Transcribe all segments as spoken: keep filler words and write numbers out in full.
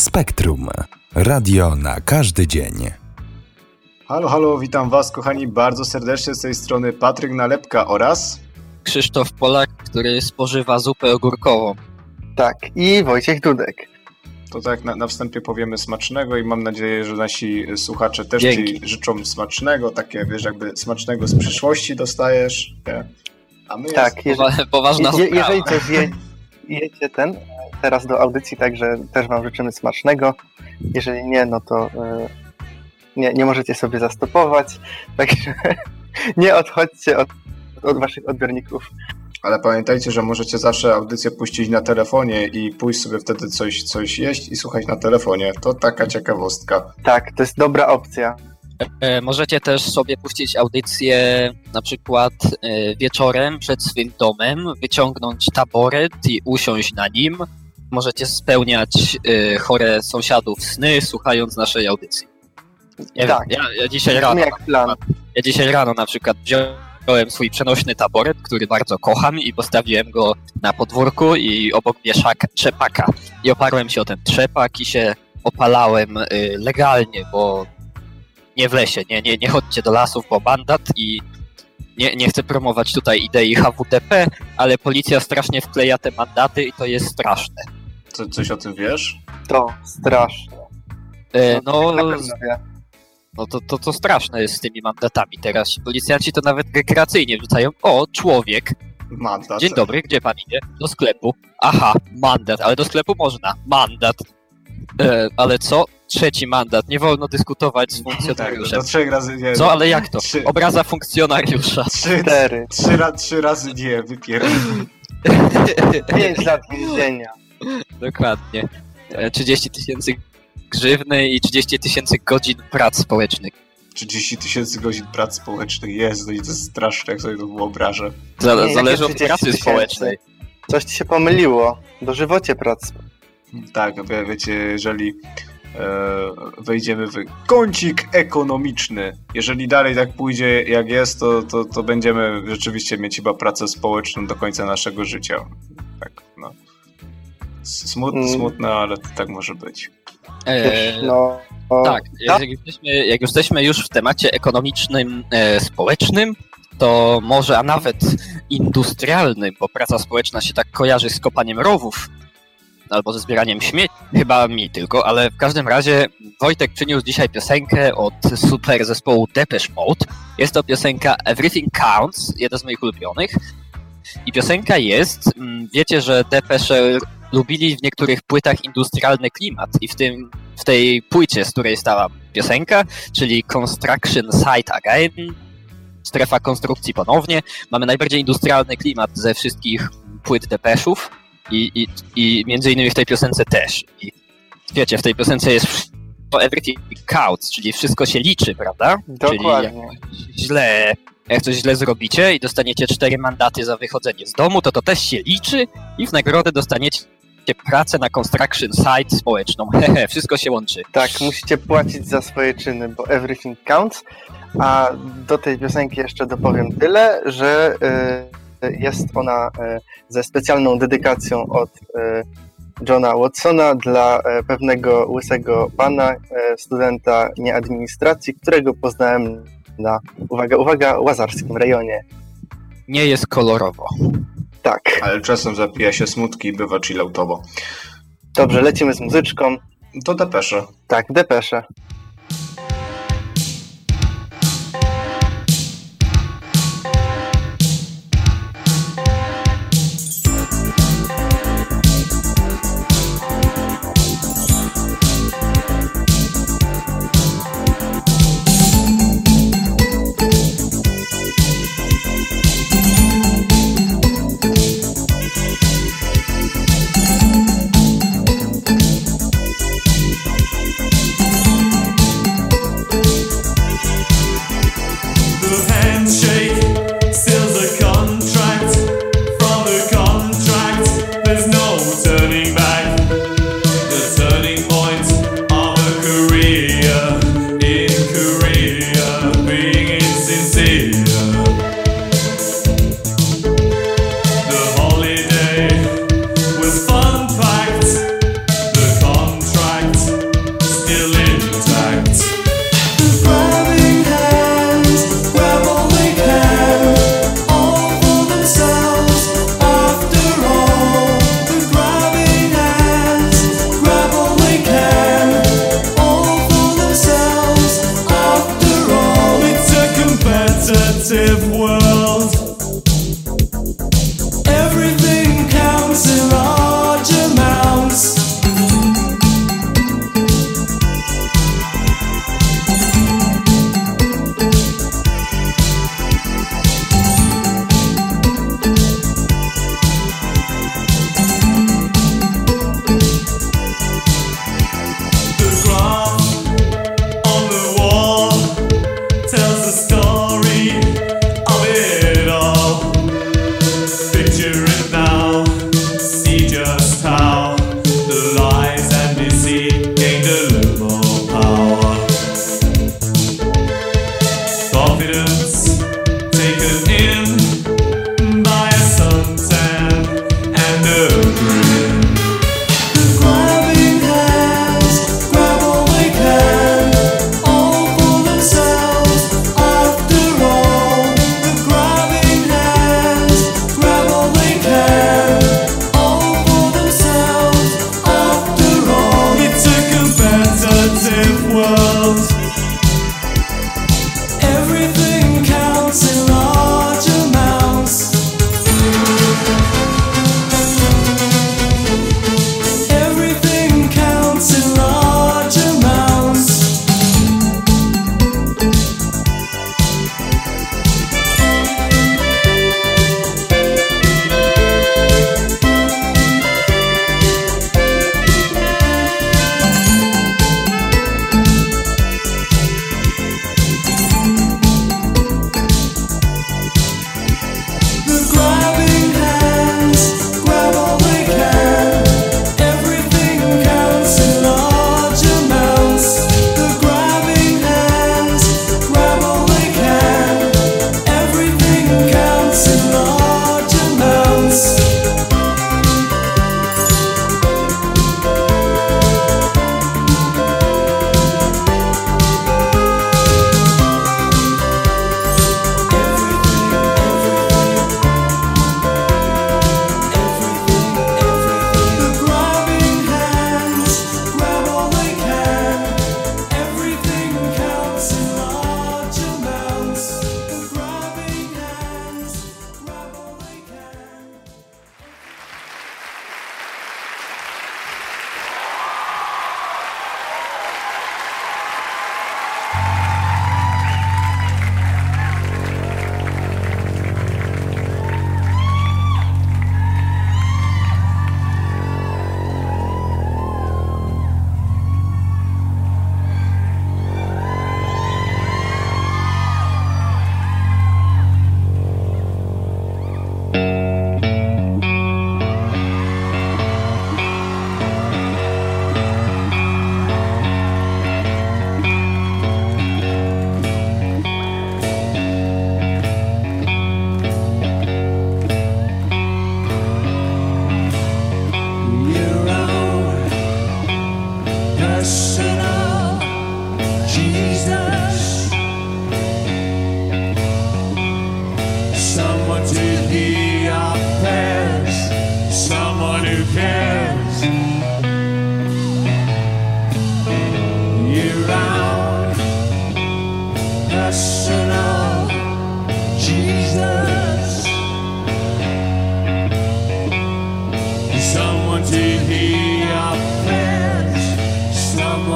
Spektrum. Radio na każdy dzień. Halo, halo, witam Was, kochani, bardzo serdecznie z tej strony Patryk Nalepka oraz Krzysztof Polak, który spożywa zupę ogórkową. Tak, i Wojciech Dudek. To tak na, na wstępie powiemy smacznego i mam nadzieję, że nasi słuchacze też Dzięki. Ci życzą smacznego, takie wiesz, jakby smacznego z przyszłości dostajesz. Nie? A my Tak, jest... Powa- poważna je, sprawa. jeżeli coś je, jecie ten, teraz do audycji, także też Wam życzymy smacznego. Jeżeli nie, no to y, nie, nie możecie sobie zastopować, także nie odchodźcie od, od Waszych odbiorników. Ale pamiętajcie, że możecie zawsze audycję puścić na telefonie i pójść sobie wtedy coś, coś jeść i słuchać na telefonie. To taka ciekawostka. Tak, to jest dobra opcja. E, możecie też sobie puścić audycję na przykład e, wieczorem przed swym domem, wyciągnąć taboret i usiąść na nim. Możecie spełniać e, chore sąsiadów sny, słuchając naszej audycji. Nie Tak. wiem, ja, ja dzisiaj Brzmi rano jak plan. Ja dzisiaj rano na przykład wziąłem swój przenośny taboret, który bardzo kocham i postawiłem go na podwórku i obok wieszaka, trzepaka. I oparłem się o ten trzepak i się opalałem y, legalnie, bo nie w lesie, nie, nie, nie chodźcie do lasów po mandat i nie, nie chcę promować tutaj idei H W D P, ale policja strasznie wkleja te mandaty i to jest straszne. Co, coś o tym wiesz? To straszne. Y, No, no, na pewno wie. No to, to, to straszne jest z tymi mandatami teraz. Policjanci to nawet rekreacyjnie wrzucają. O, człowiek. Mandat. Dzień dobry, gdzie pan idzie? Do sklepu. Aha, mandat, ale do sklepu można. Mandat. E, ale co? Trzeci mandat. Nie wolno dyskutować z Tak, funkcjonariuszem. do trzech razy nie. Co, ale jak to? Trzy. Obraza funkcjonariusza. Trzy, Cztery. trzy, ra, trzy razy nie, wypierdol. Pięć lat więzienia. Dokładnie. E, trzydzieści tysięcy grzywny i trzydzieści tysięcy godzin prac społecznych. trzydzieści tysięcy godzin prac społecznych jest, no i to jest straszne, jak sobie to wyobrażę. Za, Nie, jakie zależy od trzydzieści pracy tysięcy? społecznej. Coś ci się pomyliło. Dożywocie prac. Tak, wie, wiecie, jeżeli e, wejdziemy w kącik ekonomiczny, jeżeli dalej tak pójdzie jak jest, to, to, to będziemy rzeczywiście mieć chyba pracę społeczną do końca naszego życia. Tak, no. Smutne, Mm. smutne, ale to tak może być. E, No, o, Tak, jak, jak, jesteśmy, jak jesteśmy już w temacie ekonomicznym, e, społecznym, to może, a nawet industrialnym, bo praca społeczna się tak kojarzy z kopaniem rowów albo ze zbieraniem śmieci, chyba mi tylko, ale w każdym razie Wojtek przyniósł dzisiaj piosenkę od super zespołu Depeche Mode. Jest to piosenka Everything Counts, jedna z moich ulubionych. I piosenka jest, wiecie, że Depeche lubili w niektórych płytach industrialny klimat i w tym, w tej płycie, z której stała piosenka, czyli Construction Site Again, strefa konstrukcji ponownie, mamy najbardziej industrialny klimat ze wszystkich płyt Depeszów i, i, i między innymi w tej piosence też. I wiecie, w tej piosence jest to everything counts, czyli wszystko się liczy, prawda? dokładnie. Czyli jak źle, jak coś źle zrobicie i dostaniecie cztery mandaty za wychodzenie z domu, to to też się liczy i w nagrodę dostaniecie pracę na construction site społeczną. Hehe, wszystko się łączy. Tak, musicie płacić za swoje czyny, bo everything counts. A do tej piosenki jeszcze dopowiem tyle, że y, jest ona y, ze specjalną dedykacją od y, Johna Watsona dla y, pewnego łysego pana, y, studenta nieadministracji, którego poznałem na, uwaga, uwaga, łazarskim rejonie. Nie jest kolorowo. Tak. Ale czasem zapija się smutki i bywa chilloutowo. Dobrze, lecimy z muzyczką. To Depesze. Tak, Depesze.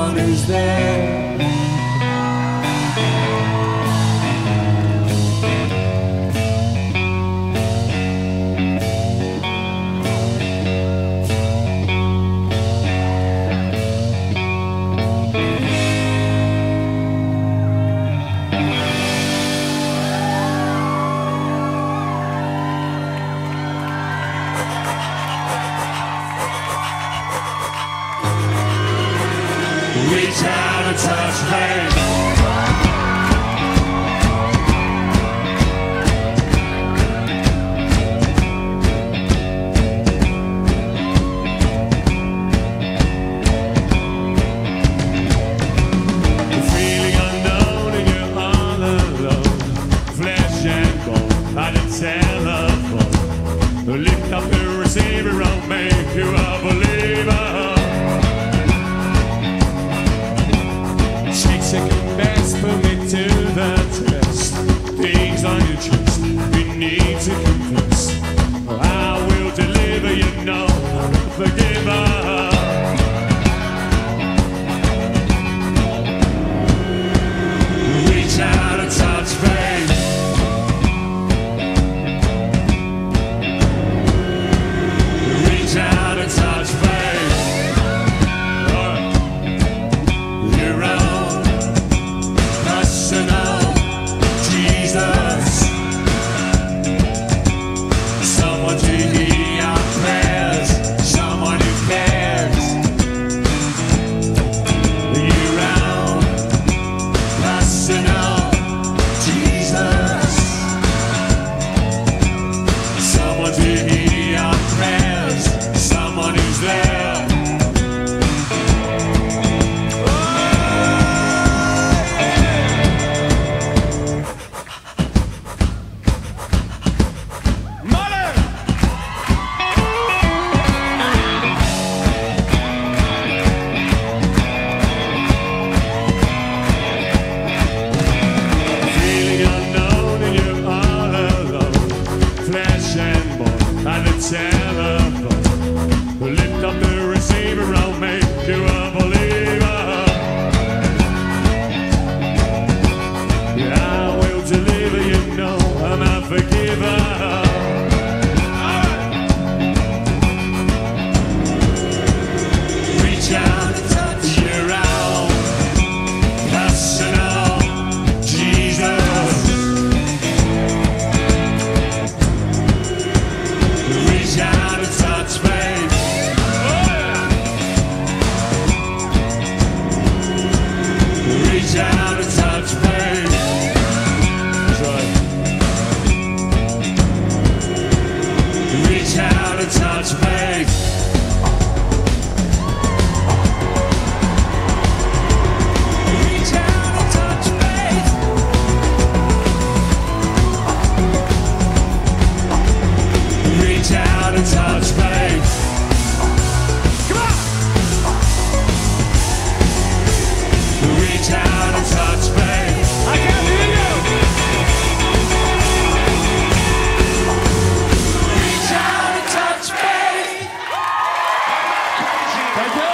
someone who's there. Reach out and touch hands. The feeling unknown and you're all alone. Flesh and bone on the telephone. Lift up the receiver, I'll make you a believer. Second best, put me to the test. Things on your chest, we need to confess. I will deliver, you know, I'm a forgiver. Reach out and touch faith. Reach out and touch faith. You're out. Jesus, someone to hear our prayers, someone who cares. You're around, personal, Jesus, someone to hear our prayers, someone who's there. Telephone. Lift up the receiver, I'll make you a believer. Yeah, I will deliver, you know I'm a forgiver. Reach out, touch your own personal Jesus. Reach out and touch faith. Oh, yeah. Reach out and touch faith. That's right. Reach out and touch faith. Reach out and touch faith. Reach out and touch faith. Come on! Reach out and touch faith. I can't hear you! Reach out and touch faith. Thank you!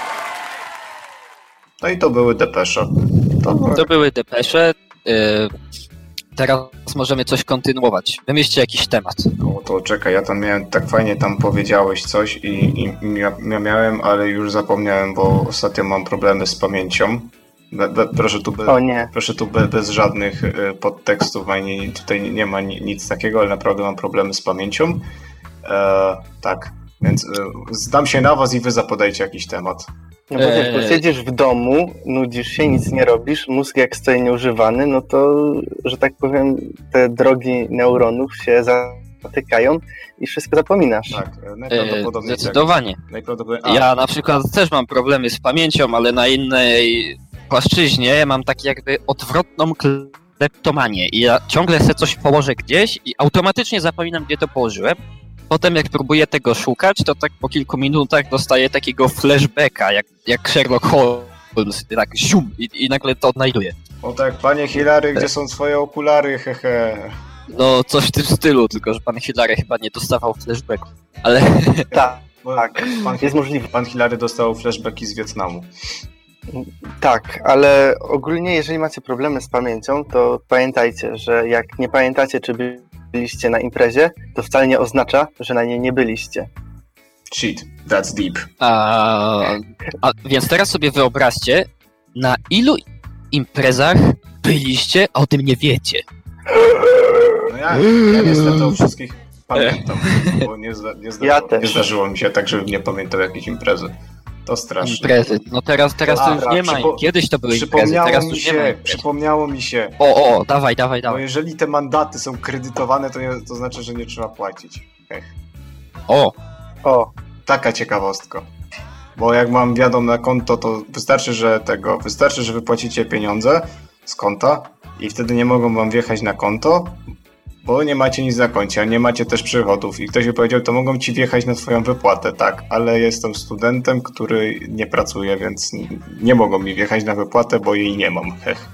No i to były depesze. To były... To były depesze. Yy, teraz możemy coś kontynuować. Wymyślcie jakiś temat. No to czekaj, ja tam miałem, tak fajnie tam powiedziałeś coś i, i, i ja, ja miałem, ale już zapomniałem, bo ostatnio mam problemy z pamięcią. Be, be, proszę tu, be, O nie. proszę tu be, bez żadnych y, podtekstów, ani tutaj nie ma ni, nic takiego, ale naprawdę mam problemy z pamięcią. E, tak, więc y, zdam się na was i wy zapodajcie jakiś temat. No bo wiesz, bo Eee. siedzisz w domu, nudzisz się, nic nie robisz, mózg jak stoi nieużywany, no to, że tak powiem, te drogi neuronów się zatykają i wszystko zapominasz. Tak, e, Yy, najprawdopodobniej zdecydowanie. tak. Najprawdopodobniej... A, Ja na przykład też mam problemy z pamięcią, ale na innej płaszczyźnie mam tak jakby odwrotną kleptomanię i ja ciągle sobie coś położę gdzieś i automatycznie zapominam, gdzie to położyłem. Potem jak próbuję tego szukać, to tak po kilku minutach dostaję takiego flashbacka, jak, jak Sherlock Holmes, tak zium i, i nagle to odnajduję. O tak, panie Hilary, gdzie są twoje okulary, hehe. No coś w tym stylu, tylko że pan Hilary chyba nie dostawał flashbacku, ale Tak, Bo tak, pan, jest możliwe. pan Hilary dostał flashbacki z Wietnamu. Tak, ale ogólnie jeżeli macie problemy z pamięcią, to pamiętajcie, że jak nie pamiętacie, czy byliście na imprezie, to wcale nie oznacza, że na niej nie byliście. Shit, that's deep. A, a, więc teraz sobie wyobraźcie, na ilu imprezach byliście, a o tym nie wiecie. No ja, ja niestety o wszystkich pamiętam, bo nie, zda, nie, zdarzyło, Ja też. nie zdarzyło mi się tak, żebym nie pamiętał jakiejś imprezy. To straszne. Imprezy. No teraz, teraz to już Dobra, nie ma. przypo- Kiedyś to były imprezy, Przypomniało teraz mi już nie ma się, imprez. przypomniało mi się, O, o, dawaj, dawaj, bo dawaj. jeżeli te mandaty są kredytowane, to, nie, to znaczy, że nie trzeba płacić. Ech. O, O, Taka ciekawostka. Bo jak mam wiadom na konto, to wystarczy, że tego, wystarczy, że wypłacicie pieniądze z konta i wtedy nie mogą wam wjechać na konto, bo nie macie nic na koncie, a nie macie też przychodów. I ktoś by powiedział, to mogą ci wjechać na twoją wypłatę, tak, ale jestem studentem, który nie pracuje, więc nie mogą mi wjechać na wypłatę, bo jej nie mam. Hech.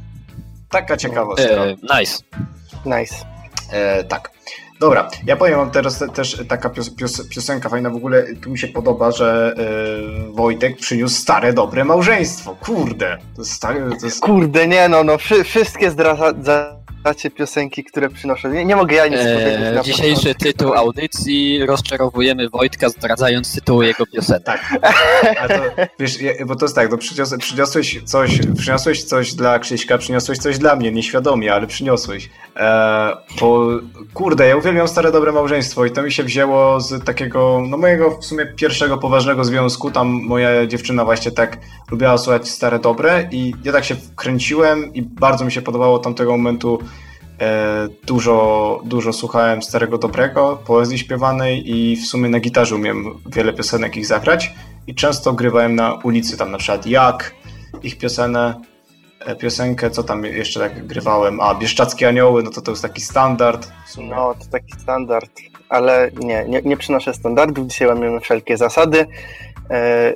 Taka ciekawostka. e, nice. nice. E, tak. Dobra, ja powiem wam teraz te, też taka pios, pios, piosenka fajna, w ogóle tu mi się podoba, że e, Wojtek przyniósł stare, dobre małżeństwo. Kurde, to jest stare, to jest... Kurde, nie no, no wszy, wszystkie zdradzacie piosenki, które przynoszą. Nie, nie mogę ja nic powiedzieć E, na dzisiejszy początku. tytuł audycji: rozczarowujemy Wojtka, zdradzając tytuł jego piosenek. Tak, a to, wiesz, ja, bo to jest tak, no przynios, przyniosłeś coś, przyniosłeś coś dla Krzyśka, przyniosłeś coś dla mnie, nieświadomie, ale przyniosłeś. E, bo, kurde, ja uwielbiam stare, dobre małżeństwo i to mi się wzięło z takiego, no mojego w sumie pierwszego poważnego związku, tam moja dziewczyna właśnie tak lubiła słuchać stare, dobre i ja tak się wkręciłem i bardzo mi się podobało od tamtego momentu. E, dużo, dużo słuchałem starego, dobrego, poezji śpiewanej i w sumie na gitarze umiem wiele piosenek ich zagrać i często grywałem na ulicy, tam na przykład Jak, ich piosenę, e, piosenkę, co tam jeszcze tak grywałem, a Bieszczackie Anioły, no to to jest taki standard w sumie. No, to taki standard, ale nie, nie, nie przynoszę standardów, dzisiaj łamiemy wszelkie zasady yy,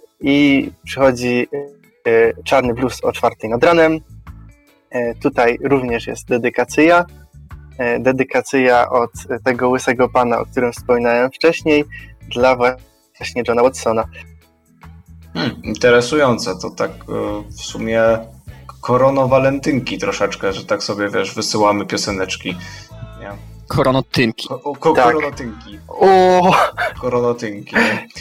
i przychodzi yy, Czarny Blues o czwartej nad ranem. Yy, tutaj również jest dedykacja, yy, dedykacja od tego łysego pana, o którym wspominałem wcześniej, dla właśnie Johna Watsona. Hmm, interesujące, to tak e, w sumie koronowalentynki troszeczkę, że tak sobie, wiesz, wysyłamy pioseneczki. Nie? Koronotynki. Ko- ko- Tak. Koronotynki. O, Koronotynki.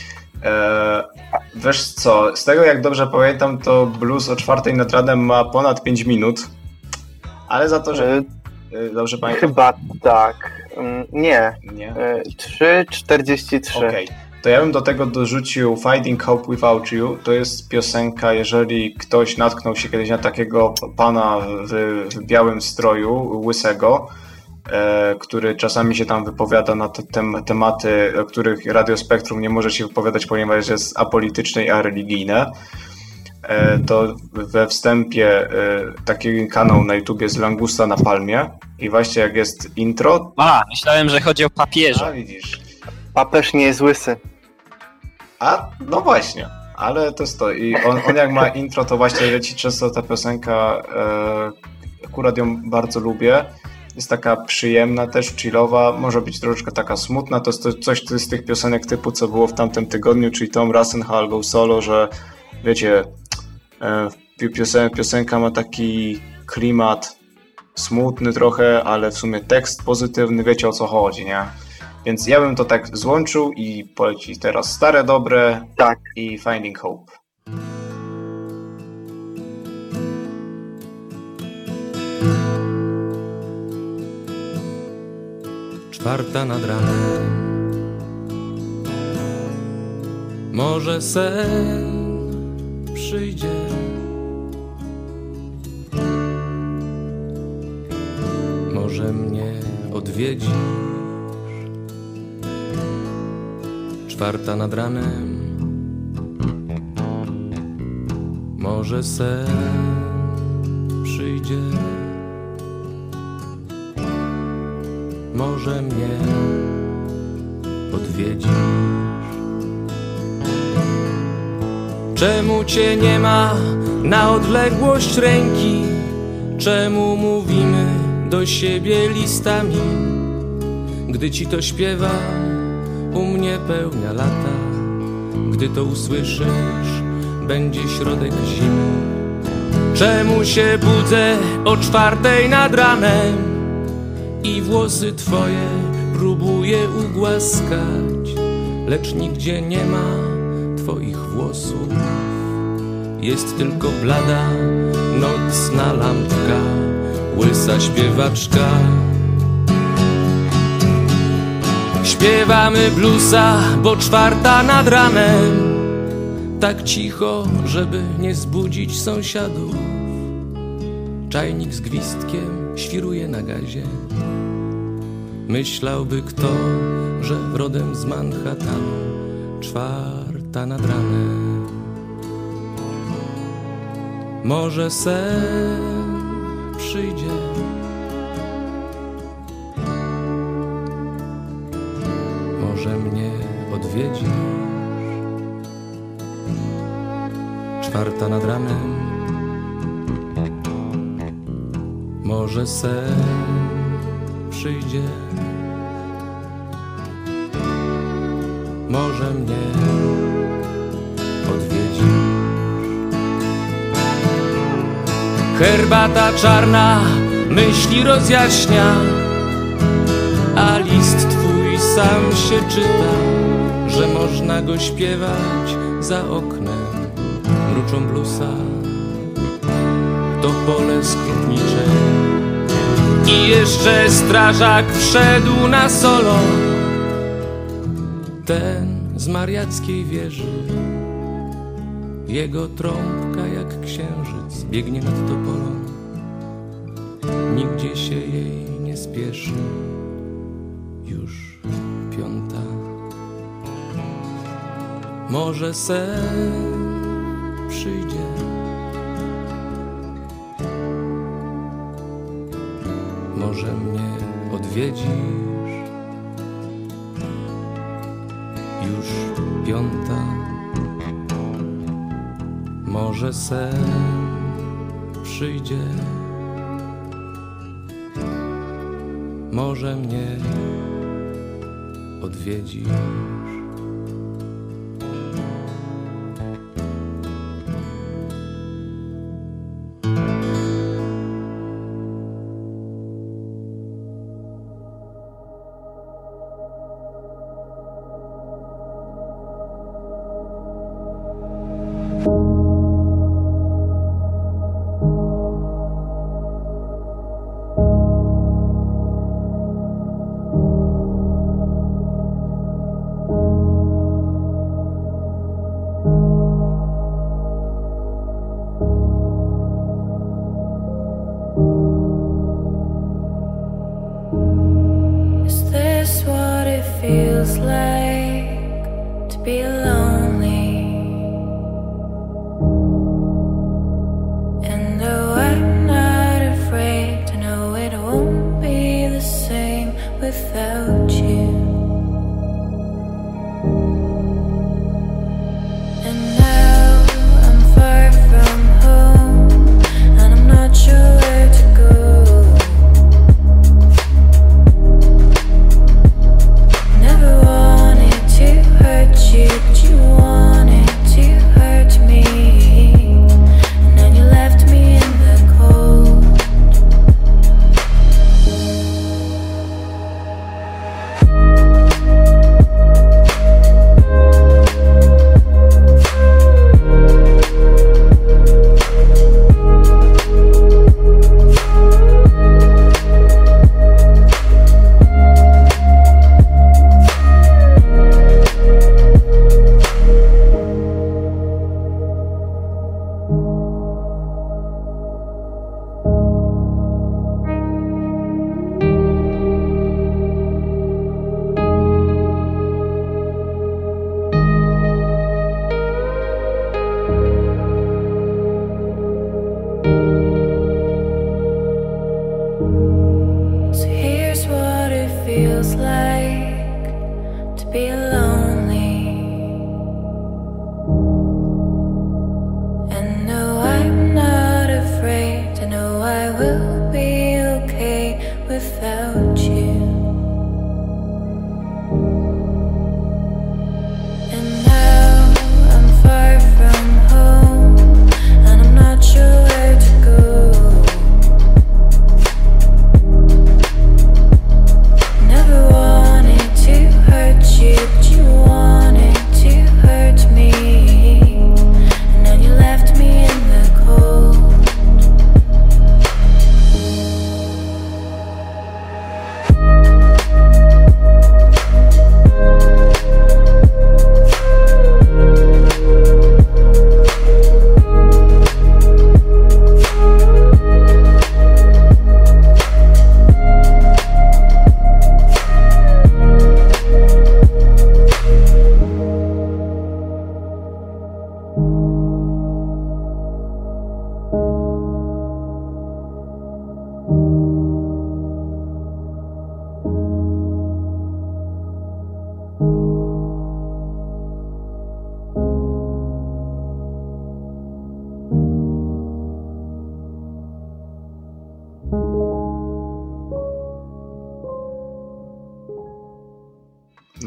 Eee, wiesz co, z tego jak dobrze pamiętam, to blues o czwartej nad ranem ma ponad pięć minut, ale za to, że yy, e, dobrze pamiętam, chyba tak. Yy, nie, nie? yy, trzy czterdzieści trzy. Okej, to ja bym do tego dorzucił Finding Hope Without You. To jest piosenka, jeżeli ktoś natknął się kiedyś na takiego pana w, w białym stroju, łysego, e, który czasami się tam wypowiada na te tem, tematy, o których Radio Spektrum nie może się wypowiadać, ponieważ jest apolityczne, a religijne. E, to we wstępie e, taki kanał na YouTubie z Langusta na Palmie i właśnie jak jest intro, A, myślałem, że chodzi o papieża. a widzisz, Papież nie jest łysy. a no właśnie, ale to jest to i on, on jak ma intro, to właśnie leci często ta piosenka, e, akurat ją bardzo lubię, jest taka przyjemna też, chillowa, może być troszeczkę taka smutna, to jest to coś z tych piosenek typu, co było w tamtym tygodniu, czyli Tom Rasenhall Go Solo, że wiecie, e, piosen, piosenka ma taki klimat smutny trochę, ale w sumie tekst pozytywny, wiecie o co chodzi, nie? Więc ja bym to tak złączył i poleci teraz stare, dobre Tak. i Finding Hope. Czwarta nad ranem, może sen przyjdzie, może mnie odwiedzisz. Czwarta nad ranem, może sen przyjdzie, może mnie odwiedzisz. Czemu cię nie ma na odległość ręki? Czemu mówimy do siebie listami? Gdy ci to śpiewam, u mnie pełnia lata. Gdy to usłyszysz, będzie środek zimy. Czemu się budzę o czwartej nad ranem i włosy twoje próbuję ugłaskać, lecz nigdzie nie ma twoich włosów. Jest tylko blada, nocna lampka, łysa śpiewaczka. Śpiewamy bluesa, bo czwarta nad ranem, tak cicho, żeby nie zbudzić sąsiadów. Czajnik z gwizdkiem świruje na gazie. Myślałby kto, że rodem z Manhattanu, czwarta nad ranem. Może sen przyjdzie, może mnie odwiedzisz. Czwarta nad ranem, może sen przyjdzie, może mnie odwiedzisz. Herbata czarna myśli rozjaśnia, a list twój sam się czyta, że można go śpiewać za oknem. Mruczą bluesa, to pole skrupnicze. I jeszcze strażak wszedł na solo, ten z mariackiej wieży. Jego trąbka jak księżyc biegnie nad topolą, nigdzie się jej nie spieszy. Już piąta. Może sen przyjdzie, może mnie odwiedzisz. Już piąta. Może sen przyjdzie, może mnie odwiedzisz.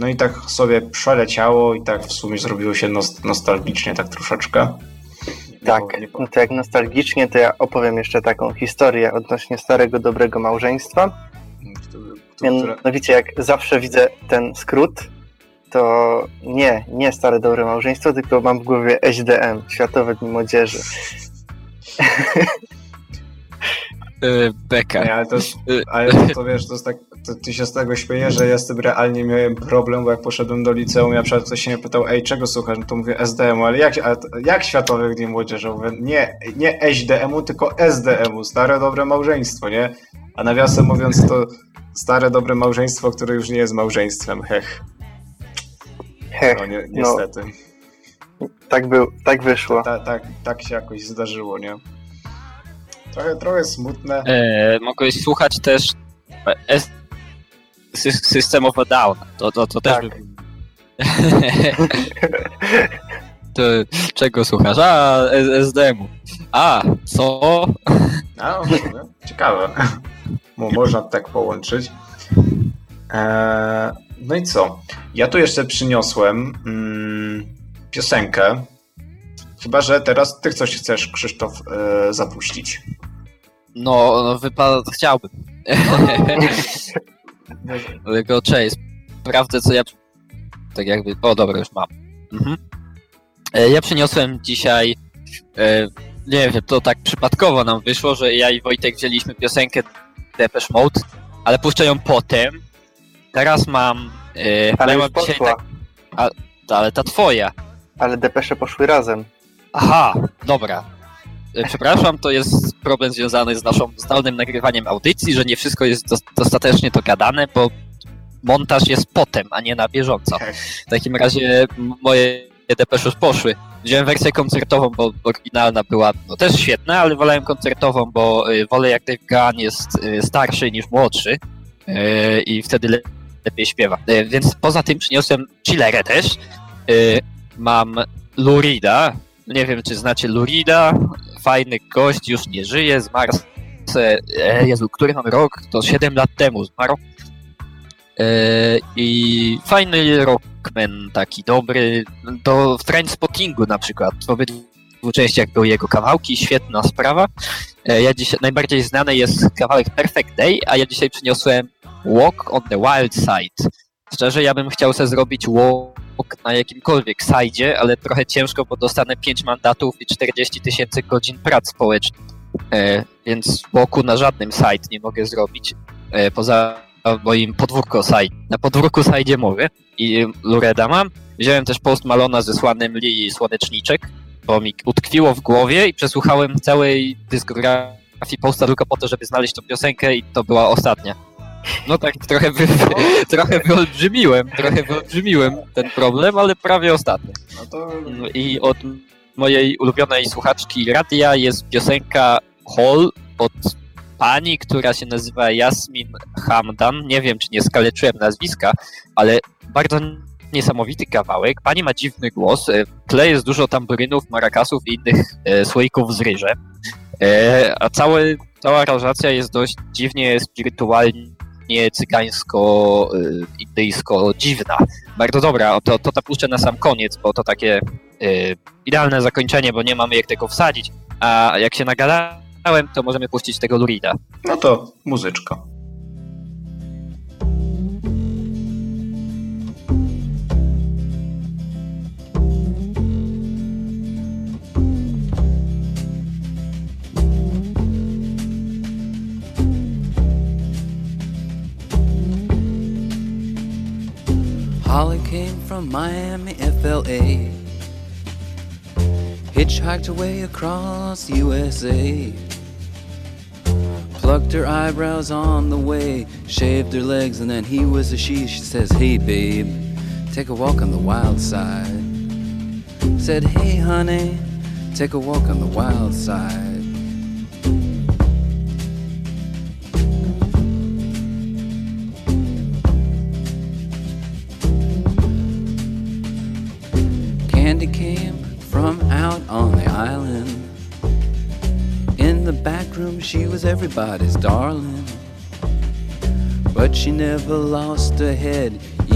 no i tak sobie przeleciało i tak w sumie zrobiło się nost- nostalgicznie tak troszeczkę. Tak, Nie, nie, no to jak nostalgicznie, to ja opowiem jeszcze taką historię odnośnie starego, dobrego małżeństwa. które... Mianowicie, jak zawsze widzę ten skrót, to nie, nie stare, dobre małżeństwo, tylko mam w głowie S D M, Światowe Dni Młodzieży. Beka. Nie, ale to, jest, ale to, to wiesz, to jest tak, to, ty się z tego śmiejesz, że ja z tym realnie miałem problem, bo jak poszedłem do liceum, ja przed ktoś się mnie pytał, ej, czego słuchasz? No to mówię S D M-u, ale jak, ale jak Światowych Dni Młodzieży? Mówię, nie, nie S D M-u, tylko S D M-u, stare, dobre małżeństwo, nie? A nawiasem mówiąc, to stare, dobre małżeństwo, które już nie jest małżeństwem, hech. Hech, no, ni- niestety. No, tak, był, tak wyszło. Ta, tak, tak się jakoś zdarzyło, nie? Trochę, trochę smutne. E, mogłeś słuchać też S- System of a Down. To, to, to Tak. też by... to, czego słuchasz? A, S D M-u. A, co? A, no, ciekawe. Mo- Można tak połączyć. Eee, no i co? Ja tu jeszcze przyniosłem mm, piosenkę. Chyba że teraz ty coś chcesz, Krzysztof, e, zapuścić. No, no wypada, chciałbym. Tylko cześć, sprawdzę co ja... Tak jakby... O, dobra, już mam. Mhm. E, Ja przyniosłem dzisiaj... E, nie wiem, to tak przypadkowo nam wyszło, że ja i Wojtek wzięliśmy piosenkę Depeche Mode, ale puszczę ją potem. Teraz mam... E, Ale ja już mam dzisiaj poszła. tak, a, ale ta twoja. Ale depesze poszły razem. Aha, dobra. E, Przepraszam, to jest problem związany z naszym zdalnym nagrywaniem audycji, że nie wszystko jest dos- dostatecznie dogadane, bo montaż jest potem, a nie na bieżąco. W takim razie m- moje Depeche już poszły. Wziąłem wersję koncertową, bo oryginalna była no, też świetna, ale wolałem koncertową, bo y, wolę jak Dave Gahan jest y, starszy niż młodszy y, i wtedy le- lepiej śpiewa. Y, więc poza tym przyniosłem chillerę też. Y, mam Lou Reeda. Nie wiem, czy znacie Lou Reeda. Fajny gość, już nie żyje, zmarł. E, Jezu, który mam rok? To siedem lat temu zmarł. E, I fajny rockman, taki dobry. Do Trainspottingu na przykład. W obydwu częściach były jego kawałki, świetna sprawa. E, ja dzisiaj, najbardziej znany jest kawałek Perfect Day, a ja dzisiaj przyniosłem Walk on the Wild Side. Szczerze, ja bym chciał sobie zrobić walk na jakimkolwiek sajdzie, ale trochę ciężko, bo dostanę pięć mandatów i czterdzieści tysięcy godzin prac społecznych. E, więc walku na żadnym site nie mogę zrobić, e, poza moim podwórko side. Na podwórku sajdzie mogę i Lureda mam. Wziąłem też Post Malona ze Słanym Lee i Słoneczniczek, bo mi utkwiło w głowie i przesłuchałem całej dyskografii Posta tylko po to, żeby znaleźć tą piosenkę i to była ostatnia. No tak trochę, wy, trochę wyolbrzymiłem, trochę wyolbrzymiłem ten problem, ale prawie ostatni. No to... I od mojej ulubionej słuchaczki radia jest piosenka Hall od pani, która się nazywa Jasmin Hamdan. Nie wiem, czy nie skaleczyłem nazwiska, ale bardzo niesamowity kawałek. Pani ma dziwny głos, w tle jest dużo tamburynów, marakasów i innych e, słoików z ryżem. E, a cały, cała aranżacja jest dość dziwnie, spirytualnie, cygańsko, y, indyjsko dziwna. Bardzo dobra, to, to, to puszczę na sam koniec, bo to takie y, idealne zakończenie, bo nie mamy jak tego wsadzić. A jak się nagadałem, to możemy puścić tego Lou Reeda. No to muzyczka. Holly came from Miami, F L A. Hitchhiked her way across U S A. Plucked her eyebrows on the way, shaved her legs, and then he was a she. She says, hey babe, take a walk on the wild side. Said, hey honey, take a walk on the wild side. Candy came from out on the island. In the back room she was everybody's darling, but she never lost her head,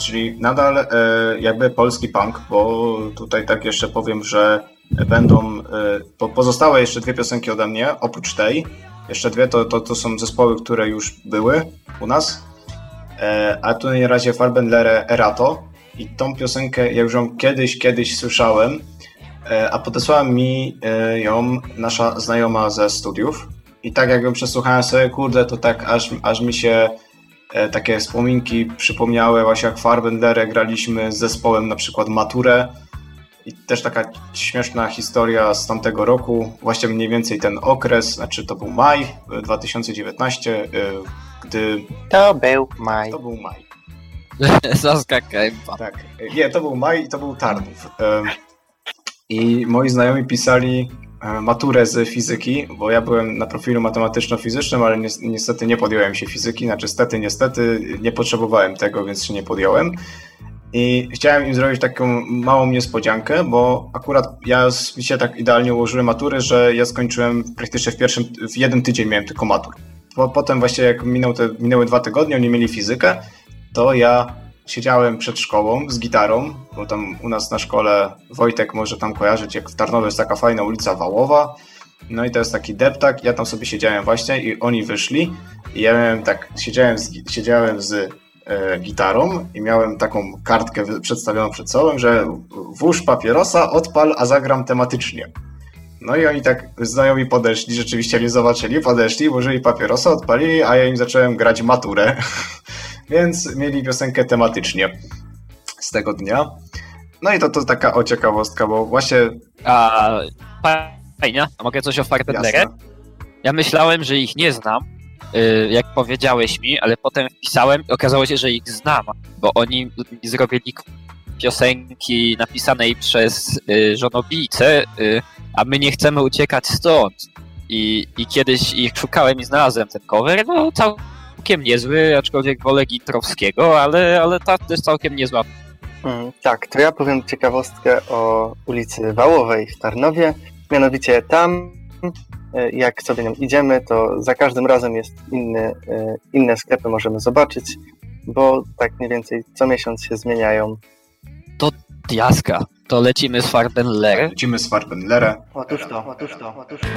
czyli nadal e, jakby polski punk, bo tutaj tak jeszcze powiem, że będą e, po, pozostałe jeszcze dwie piosenki ode mnie, oprócz tej, jeszcze dwie to, to, to są zespoły, które już były u nas, e, a tu na razie Farbenlere Erato i tą piosenkę ja już ją kiedyś, kiedyś słyszałem, e, a podesłała mi e, ją nasza znajoma ze studiów i tak jak ją przesłuchałem sobie, kurde, to tak aż, aż mi się e, takie wspominki przypomniały, właśnie jak Farbenlere graliśmy z zespołem na przykład Maturę. I też taka śmieszna historia z tamtego roku, właśnie mniej więcej ten okres, znaczy to był maj dwa tysiące dziewiętnasty, gdy... To był maj. To był maj. Zaskakaj. Tak, nie, to był maj i to był Tarnów. I moi znajomi pisali maturę z fizyki, bo ja byłem na profilu matematyczno-fizycznym, ale niestety nie podjąłem się fizyki, znaczy stety, niestety nie potrzebowałem tego, więc się nie podjąłem. I chciałem im zrobić taką małą niespodziankę, bo akurat ja mi się tak idealnie ułożyłem matury, że ja skończyłem praktycznie w pierwszym, w jeden tydzień miałem tylko matur. Po, potem właśnie jak minął te, minęły dwa tygodnie, oni mieli fizykę, to ja siedziałem przed szkołą z gitarą, bo tam u nas na szkole, Wojtek może tam kojarzyć, jak w Tarnowie jest taka fajna ulica Wałowa, no i to jest taki deptak, ja tam sobie siedziałem właśnie i oni wyszli i ja miałem tak, siedziałem z, siedziałem z gitarą i miałem taką kartkę przedstawioną przed sobą, że włóż papierosa, odpal, a zagram tematycznie. No i oni tak znajomi podeszli, rzeczywiście mnie zobaczyli, podeszli, włożyli papierosa, odpalili, a ja im zacząłem grać maturę. Więc mieli piosenkę tematycznie z tego dnia. No i to, to taka o ciekawostka, bo właśnie... A fajnie, a mogę coś o Farbenlere? Ja myślałem, że ich nie znam, jak powiedziałeś mi, ale potem wpisałem i okazało się, że ich znam, bo oni zrobili piosenki napisanej przez y, żonobijcę, y, a my nie chcemy uciekać stąd. I, I kiedyś ich szukałem i znalazłem ten cover, no całkiem niezły, aczkolwiek wolę Gintrowskiego, ale, ale ta też całkiem niezła. Mm, tak, to ja powiem ciekawostkę o ulicy Wałowej w Tarnowie, mianowicie tam jak sobie nią idziemy, to za każdym razem jest inny, inne sklepy możemy zobaczyć, bo tak mniej więcej co miesiąc się zmieniają. To diaska, to lecimy z Farbenlere. Lecimy z Farbenlere. Otóż to, otóż to, otóż to.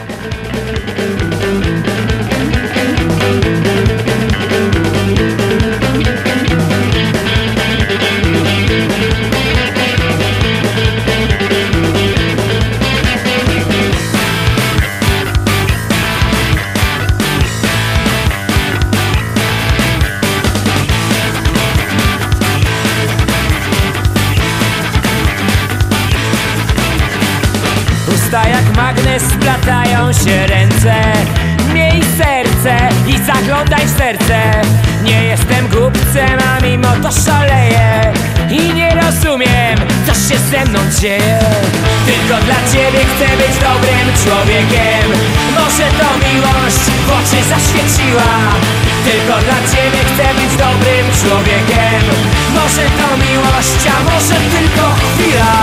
Jak magnes splatają się ręce, miej serce i zaglądaj w serce. Nie jestem głupcem, a mimo to szaleję i nie rozumiem, co się ze mną dzieje. Tylko dla ciebie chcę być dobrym człowiekiem. Może to miłość w oczy zaświeciła. Tylko dla ciebie chcę być dobrym człowiekiem. Może to miłość, a może tylko chwila.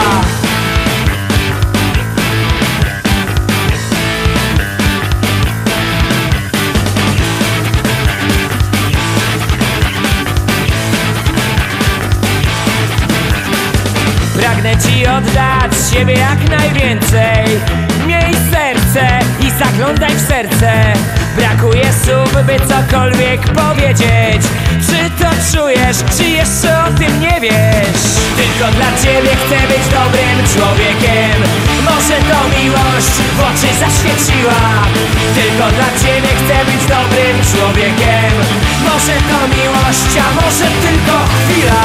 Pragnę ci oddać siebie jak najwięcej. Miej serce i zaglądaj w serce. Brakuje słów, by cokolwiek powiedzieć. Czy to czujesz, czy jeszcze o tym nie wiesz? Tylko dla ciebie chcę być dobrym człowiekiem. Może to miłość w oczy zaświeciła. Tylko dla ciebie chcę być dobrym człowiekiem. Może to miłość, a może tylko chwila.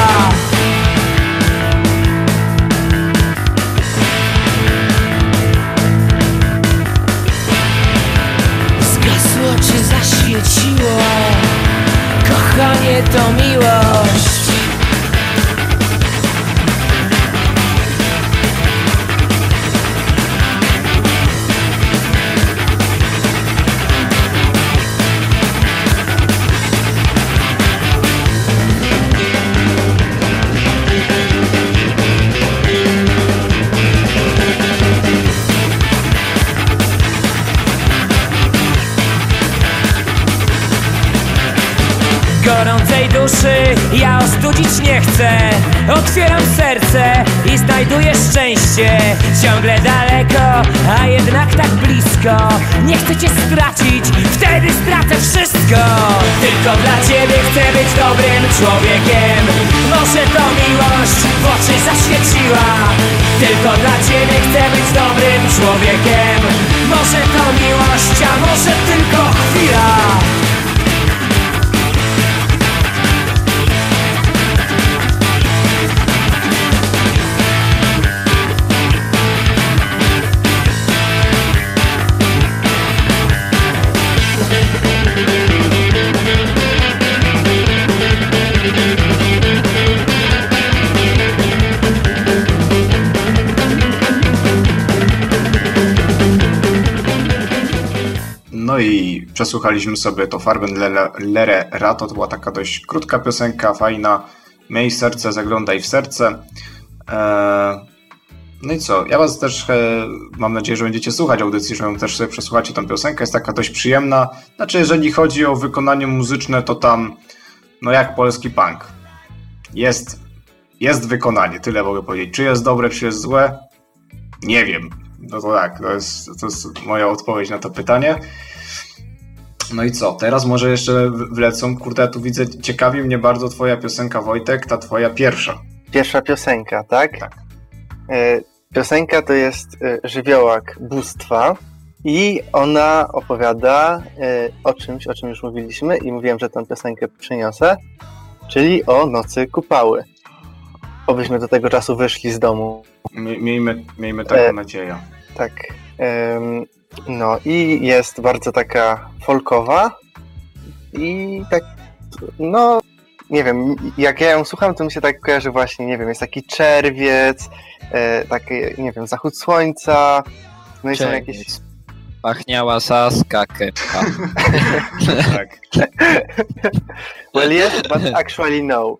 Czy zaświeciło? Kochanie to miłość. Gorące mojej duszy ja ostudzić nie chcę. Otwieram serce i znajduję szczęście. Ciągle daleko, a jednak tak blisko. Nie chcę cię stracić, wtedy stracę wszystko. Tylko dla ciebie chcę być dobrym człowiekiem. Może to miłość w oczy zaświeciła. Tylko dla ciebie chcę być dobrym człowiekiem. Może to miłość, a może tylko chwila. No i przesłuchaliśmy sobie to Farben Lere Rato, to była taka dość krótka piosenka, fajna. Miej serce, zaglądaj w serce. Eee, no i co, ja was też e, mam nadzieję, że będziecie słuchać audycji, że ją też sobie przesłuchacie tą piosenkę, jest taka dość przyjemna. Znaczy, jeżeli chodzi o wykonanie muzyczne, to tam, no jak polski punk. Jest, jest wykonanie, tyle mogę powiedzieć. Czy jest dobre, czy jest złe? Nie wiem. No to tak, to jest, to jest moja odpowiedź na to pytanie. No i co? Teraz może jeszcze wlecą. Kurde, ja tu widzę, ciekawi mnie bardzo twoja piosenka, Wojtek, ta twoja pierwsza. Pierwsza piosenka, tak? Tak. E, piosenka to jest e, żywiołak bóstwa i ona opowiada e, o czymś, o czym już mówiliśmy i mówiłem, że tę piosenkę przyniosę, czyli o nocy kupały. Obyśmy do tego czasu wyszli z domu. Miejmy, miejmy taką e, nadzieję. Tak. Ym, no i jest bardzo taka folkowa i tak, no nie wiem, jak ja ją słucham, to mi się tak kojarzy właśnie, nie wiem, jest taki czerwiec, e, taki, nie wiem, zachód słońca, no i czerwiec. Są jakieś... Pachniała Saska kepka. Tak. Well yes, but actually no.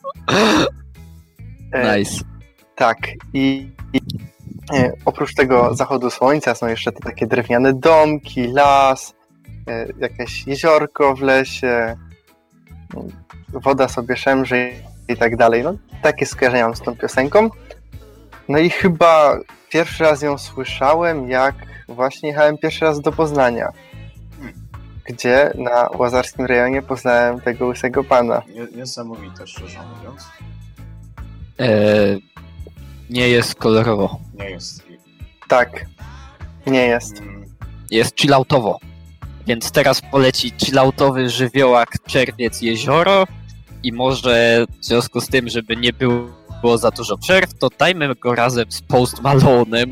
E, Nice. Tak, i, i e, oprócz tego zachodu słońca są jeszcze te takie drewniane domki, las, e, jakieś jeziorko w lesie, woda sobie szemrze i tak dalej. No, takie skojarzenia mam z tą piosenką. No i chyba pierwszy raz ją słyszałem, jak właśnie jechałem pierwszy raz do Poznania, gdzie na łazarskim rejonie poznałem tego łysego pana. Niesamowite, szczerze mówiąc. Eee, nie jest kolorowo. Nie jest. Tak, nie jest. Jest chilloutowo. Więc teraz poleci chilloutowy żywiołak Czerwiec Jezioro i może w związku z tym, żeby nie było za dużo przerw, to dajmy go razem z Post Malonem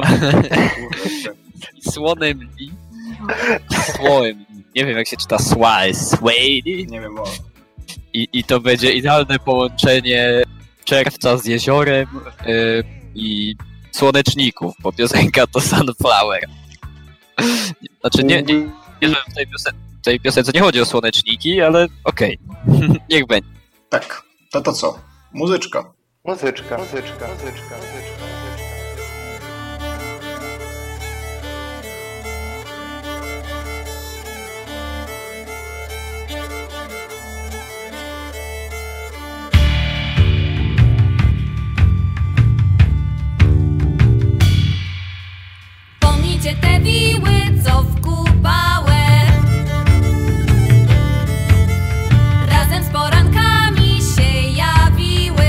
i Słonem Lee. Słoem. Nie wiem jak się czyta Sway, Sway. Nie wiem o. I, I to będzie idealne połączenie czerwca z jeziorem yy, i słoneczników, bo piosenka to Sunflower. Znaczy nie, nie, nie że w tej, piosen- w tej piosence nie chodzi o słoneczniki, ale okej, okay. Niech będzie. Tak, to to co? Muzyczka. Muzyczka, muzyczka, muzyczka, muzyczka. Pomnijcie te wiły, co w kupałę razem z porankami się jawiły.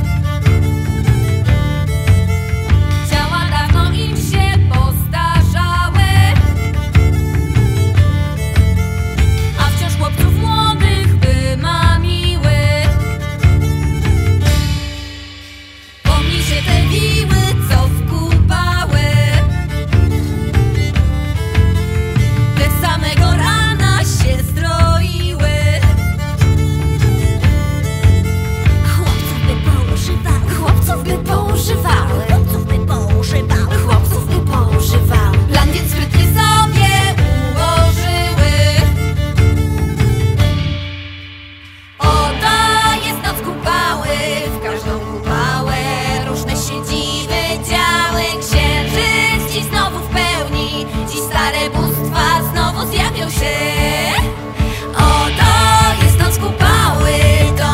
Ciała dawno im się postarzały, a wciąż chłopców młodych by mamiły. Pomnijcie te wiły, co w kupały. Te samego rana się stroiły. Chłopców by poużywały, chłopców by poużywały, chłopców by poużywały, chłopców by poużywały. Plan więc sprytnie sobie ułożyły. Oto jest noc kupały, w każdą kupałę różne się dziwy działy. Księżyc dziś znowu w pełni, dziś stare bóstwa znowu zjawią się. Oto jest noc kupały, to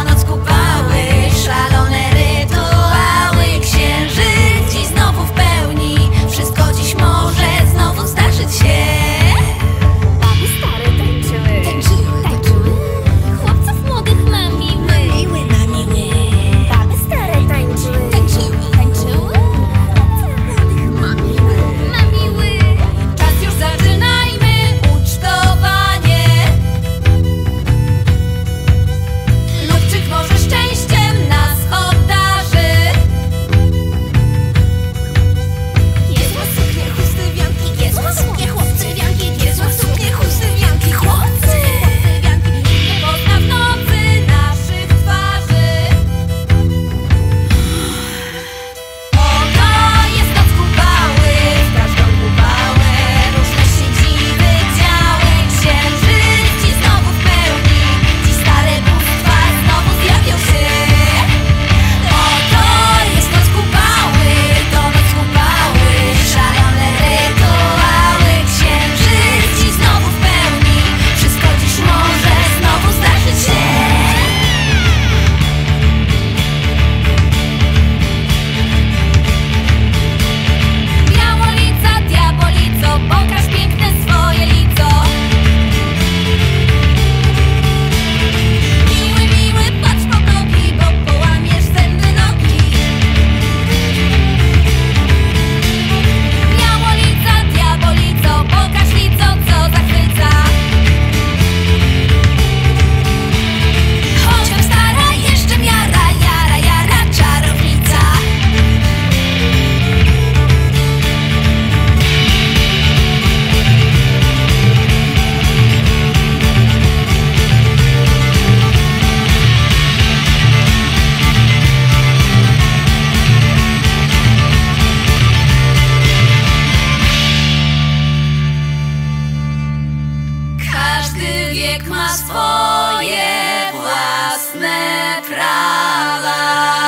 swoje własne prawa.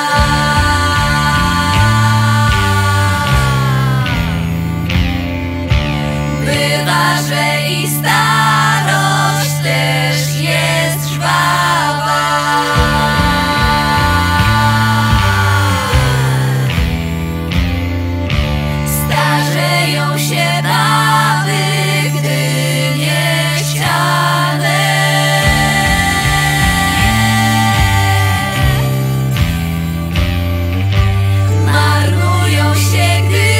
Bywa, że i starość też jest żwawa. Starzeją się baby, gdy niechciane. Marnują się, gdy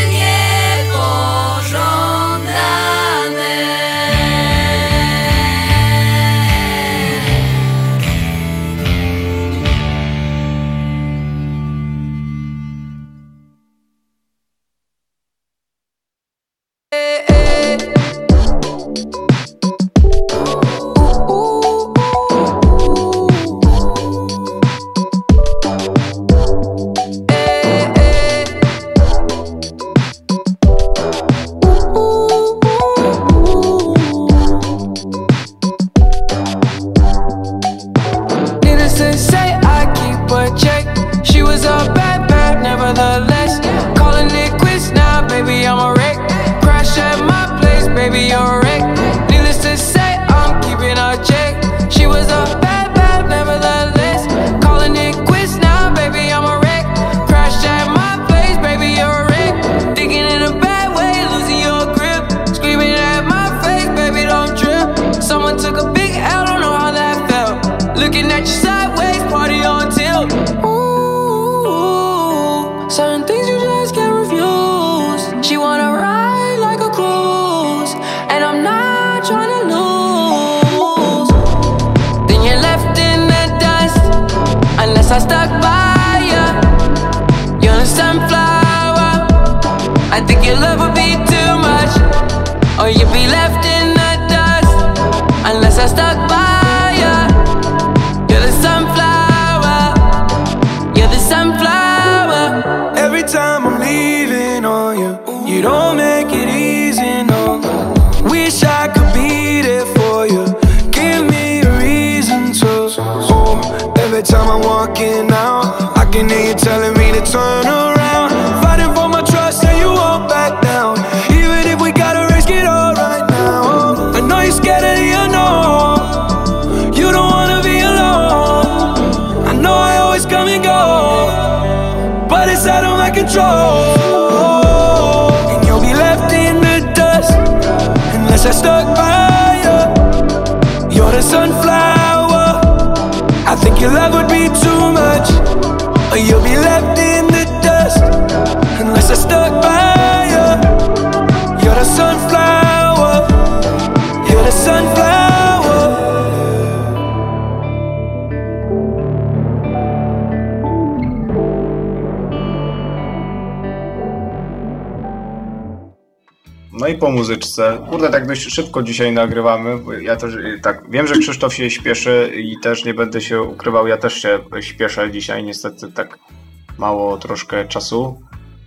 No i po muzyczce. Kurde, tak dość szybko dzisiaj nagrywamy. Bo ja też tak wiem, że Krzysztof się śpieszy i też nie będę się ukrywał, ja też się śpieszę dzisiaj, niestety tak mało troszkę czasu.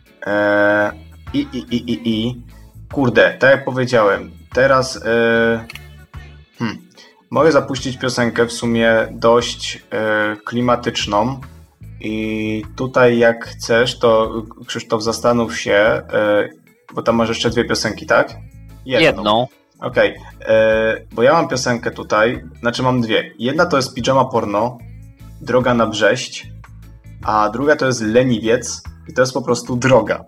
Eee, I, i, i, i, i. Kurde, tak jak powiedziałem, teraz e, hmm, mogę zapuścić piosenkę w sumie dość e, klimatyczną. I tutaj jak chcesz, to Krzysztof, zastanów się, e, bo tam masz jeszcze dwie piosenki, tak? Jedną. Jedną. Okej, okay. Bo ja mam piosenkę tutaj, znaczy mam dwie. Jedna to jest Pijama Porno, Droga na Brześć, a druga to jest Leniwiec i to jest po prostu Droga.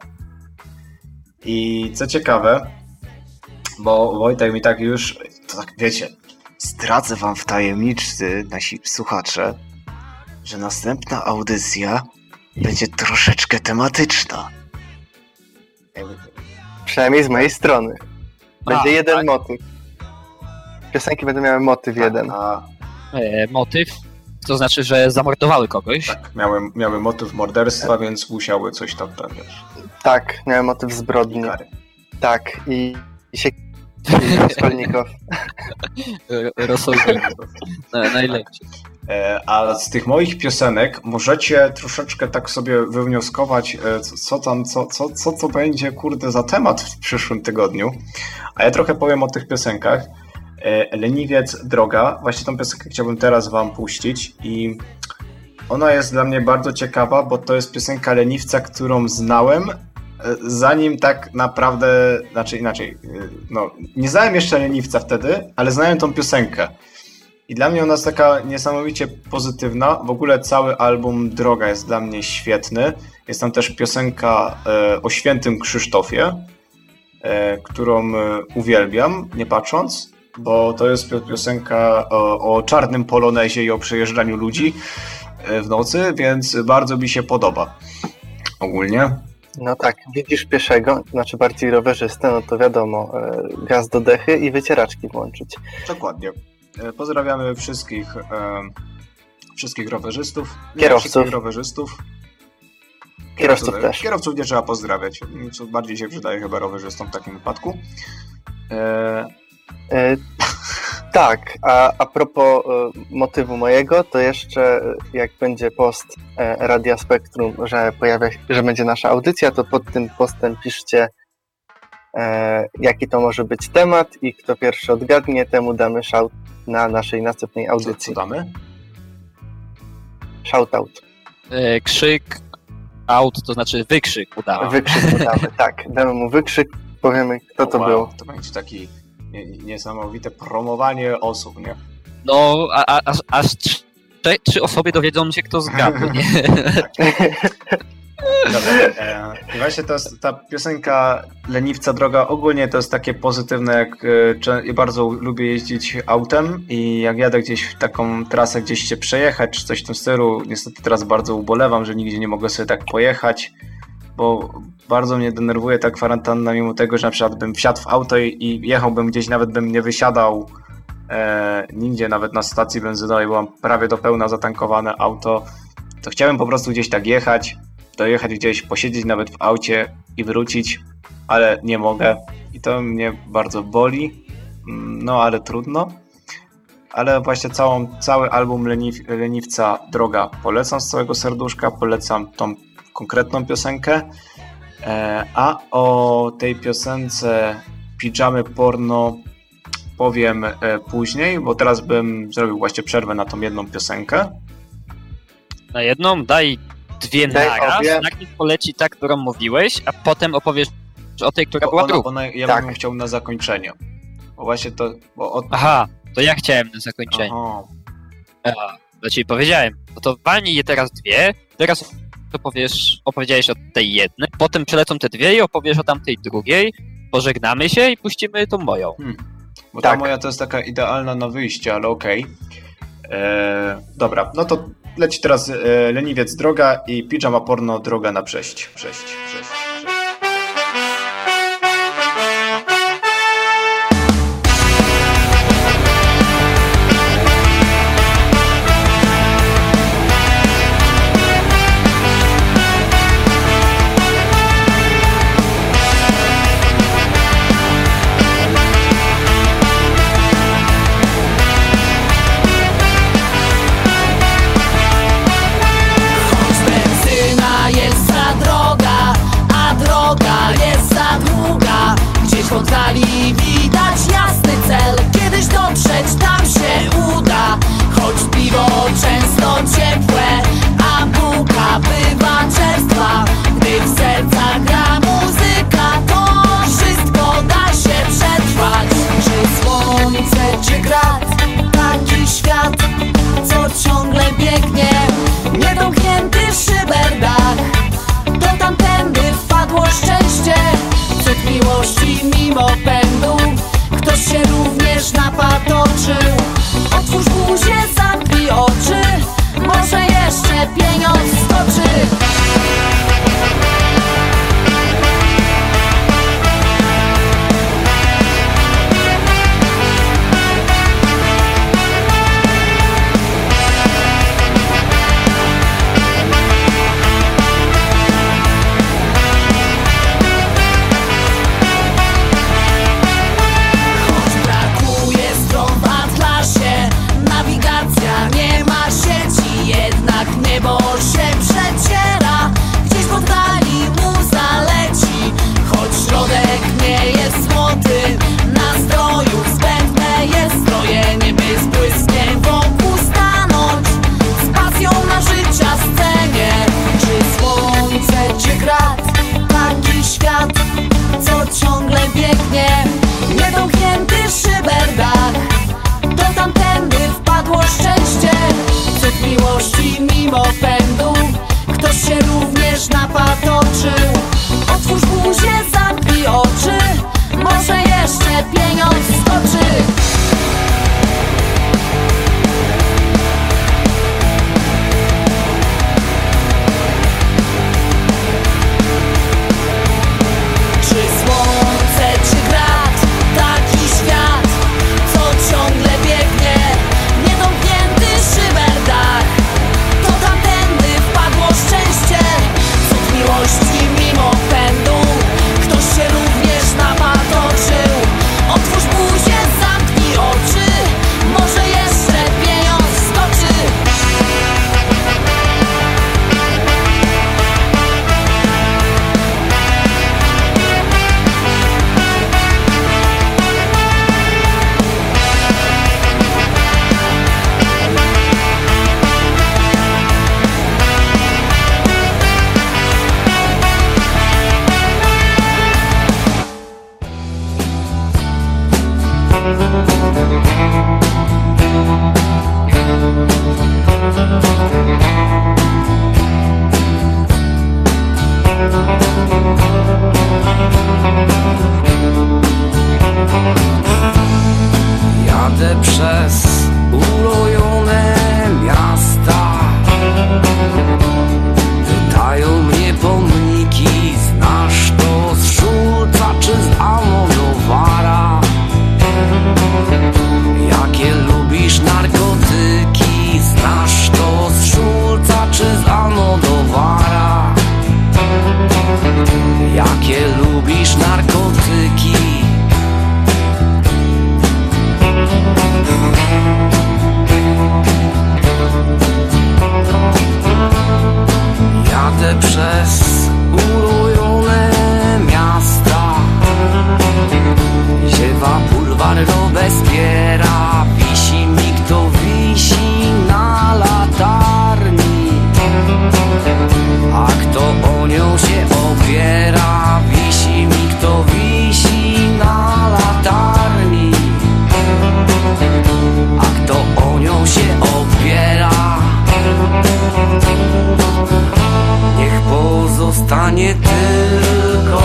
I co ciekawe, bo Wojtek mi tak już, to tak wiecie, zdradzę wam w tajemnicy, nasi słuchacze, że następna audycja będzie troszeczkę tematyczna. Przynajmniej z mojej strony. Będzie a, jeden tak? motyw. Piosenki będą miały motyw tak, jeden. A... E, motyw? To znaczy, że zamordowały kogoś? Tak, miały, miały motyw morderstwa, więc musiały coś tam, tam wiesz. Tak, miały motyw zbrodni. Kary. Tak, i, i się Raskolnikow. Rosolników. Najlepszy. A z tych moich piosenek możecie troszeczkę tak sobie wywnioskować, co tam, co, co, co to będzie, kurde, za temat w przyszłym tygodniu. A ja trochę powiem o tych piosenkach. Leniwiec Droga. Właśnie tą piosenkę chciałbym teraz wam puścić i ona jest dla mnie bardzo ciekawa, bo to jest piosenka Leniwca, którą znałem, zanim tak naprawdę, znaczy inaczej, no nie znałem jeszcze Leniwca wtedy, ale znałem tą piosenkę. I dla mnie ona jest taka niesamowicie pozytywna. W ogóle cały album Droga jest dla mnie świetny. Jest tam też piosenka e, o świętym Krzysztofie, e, którą uwielbiam, nie patrząc, bo to jest piosenka o, o czarnym polonezie i o przejeżdżaniu ludzi w nocy, więc bardzo mi się podoba ogólnie. No tak, widzisz pieszego, znaczy bardziej rowerzystę, no to wiadomo, e, gaz do dechy i wycieraczki włączyć. Dokładnie. E, pozdrawiamy wszystkich e, wszystkich rowerzystów. Nie, Kierowców. Wszystkich rowerzystów. Kierowców, Kierowców też. Kierowców nie trzeba pozdrawiać, co bardziej się przydaje chyba rowerzystom w takim wypadku. E... E, tak, a, a propos e, motywu mojego, to jeszcze jak będzie post e, Radia Spektrum, że pojawia się, że będzie nasza audycja, to pod tym postem piszcie e, jaki to może być temat i kto pierwszy odgadnie, temu damy shout na naszej następnej audycji. Co, co damy? Shoutout. E, krzyk out, to znaczy wykrzyk udamy. Wykrzyk udamy, tak. Damy mu wykrzyk, powiemy kto to wow, był. To będzie taki niesamowite promowanie osób, nie? No, a, a, aż, aż trzy, trzy osoby dowiedzą się, kto zgadł, nie? Dobra, e, i właśnie to jest ta piosenka Leniwca Droga, ogólnie to jest takie pozytywne, jak e, bardzo lubię jeździć autem i jak jadę gdzieś w taką trasę gdzieś się przejechać, czy coś w tym stylu, niestety teraz bardzo ubolewam, że nigdzie nie mogę sobie tak pojechać, bo bardzo mnie denerwuje ta kwarantanna, mimo tego, że na przykład bym wsiadł w auto i, i jechałbym gdzieś, nawet bym nie wysiadał e, nigdzie, nawet na stacji benzynowej, bo mam prawie do pełna zatankowane auto, to chciałem po prostu gdzieś tak jechać, dojechać gdzieś, posiedzieć nawet w aucie i wrócić, ale nie mogę i to mnie bardzo boli, no ale trudno. Ale właśnie całą, cały album Leniw, Leniwca Droga polecam z całego serduszka, polecam tą konkretną piosenkę, e, a o tej piosence Pijamy Porno powiem e, później, bo teraz bym zrobił właśnie przerwę na tą jedną piosenkę. Na jedną? Daj dwie Daj naraz, obie. najpierw poleci ta, którą mówiłeś, a potem opowiesz o tej, która Bo była ona, druga. ona, ja Tak. bym chciał na zakończenie. Bo właśnie to... Bo od... Aha, to ja chciałem na zakończenie. Aha. Aha, to ci powiedziałem. No to walnij je teraz dwie, teraz opowiesz, opowiedziałeś o tej jednej, potem przelecą te dwie i opowiesz o tamtej drugiej, pożegnamy się i puścimy tą moją. Hmm. Bo Tak. ta moja to jest taka idealna na wyjście, ale okej. Eee, dobra, no to leci teraz e, Leniwiec Droga i Pijama Porno Droga na przejść. Przejść, przejść, przejść. Benzyna jest za droga, a droga jest za długa. Gdzieś w oddali widać jasny cel, kiedyś dotrzeć tam się uda. Choć piwo często ciepłe, a bułka bywa czerstwa. Gdy w sercach gra muzyka, to wszystko da się przetrwać. Czy słońce, czy grad, taki świat, co ciągle biegnie. Niedomknięty szyberdach, to tamtędy wpadło szczęście. Cud miłości mimo pędu, ktoś się również napatoczył. Otwórz buzię, zamknij oczy, może jeszcze pieniądz skoczy. Brakuje stron w atlasie, nawigacja nie ma sieci, jednak niebo się przeciera. Gdzieś w oddali Jadę przez ulojone miasta, pytają mnie pomniki, znasz to z Schulza czy z Almodovara? Jakie lubisz narkotyki, znasz to z Schulza czy z Almodovara? Jakie lubisz narkotyki? Jadę przez ulojone miasta, ziewa bulwar Robespiera, wisi mi kto wisi na latarni, a kto o nią się opiera, wisi mi kto wisi na latarni, a kto o nią się opiera. Niech pozostanie tylko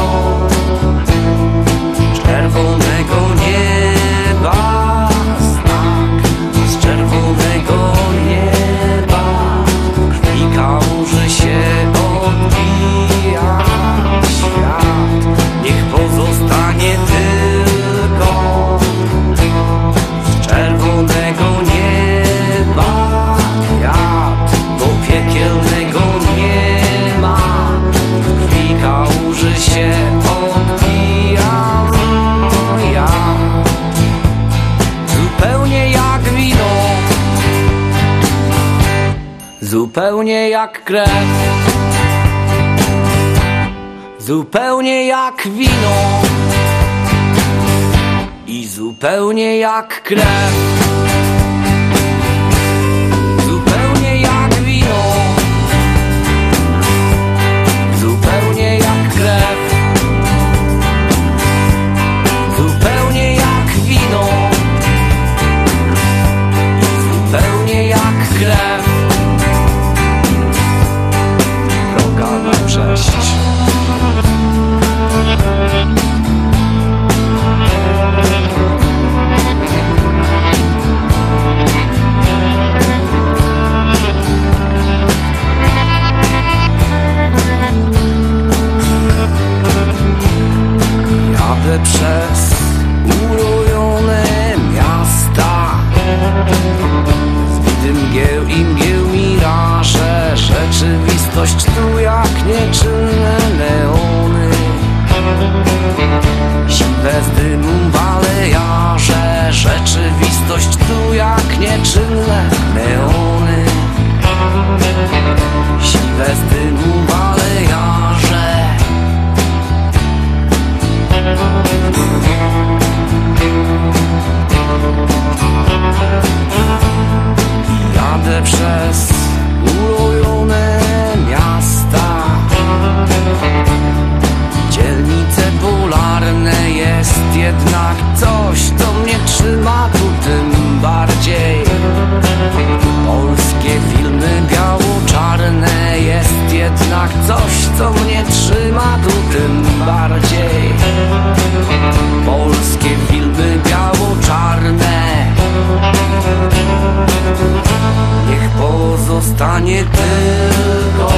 czerwonego nieba znak, z czerwonego nieba krwi kałuży się odbija świat. Niech pozostanie tylko z czerwonego nieba kwiat, bo piekielnego nie ma. Krwi kałuży się odbija ja, zupełnie jak wino, zupełnie jak krew, zupełnie jak wino i zupełnie jak krew. Zupełnie jak wino, zupełnie jak krew, zupełnie jak wino i zupełnie jak krew. Droga na cześć. Jadę przez urojone miasta, z widy mgieł i mgieł miraże, rzeczywistość tu jak nieczynne neony, siwe z dymu balejarze, rzeczywistość tu jak nieczynne neony, siwe z dymu balejarze. Jadę przez ulojone miasta, dzielnice polarne, jest jednak coś, co mnie trzyma tu tym bardziej. Polskie filmy biało-czarne, jest jednak coś, co mnie trzyma tu tym bardziej. Polskie filmy biało-czarne, niech pozostanie tylko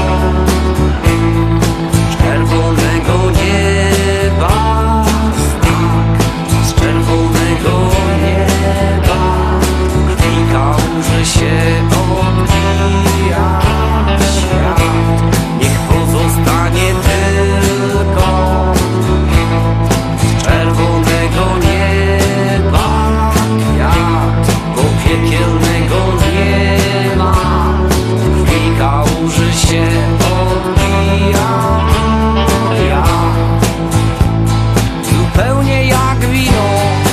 czerwonego nieba znak, z czerwonego nieba krwi kałuży się odbija świat. Niech pozostanie tylko z czerwonego nieba kwiat, bo piekielnego nie ma. Krwi kałuży się odbija ja, zupełnie jak wino,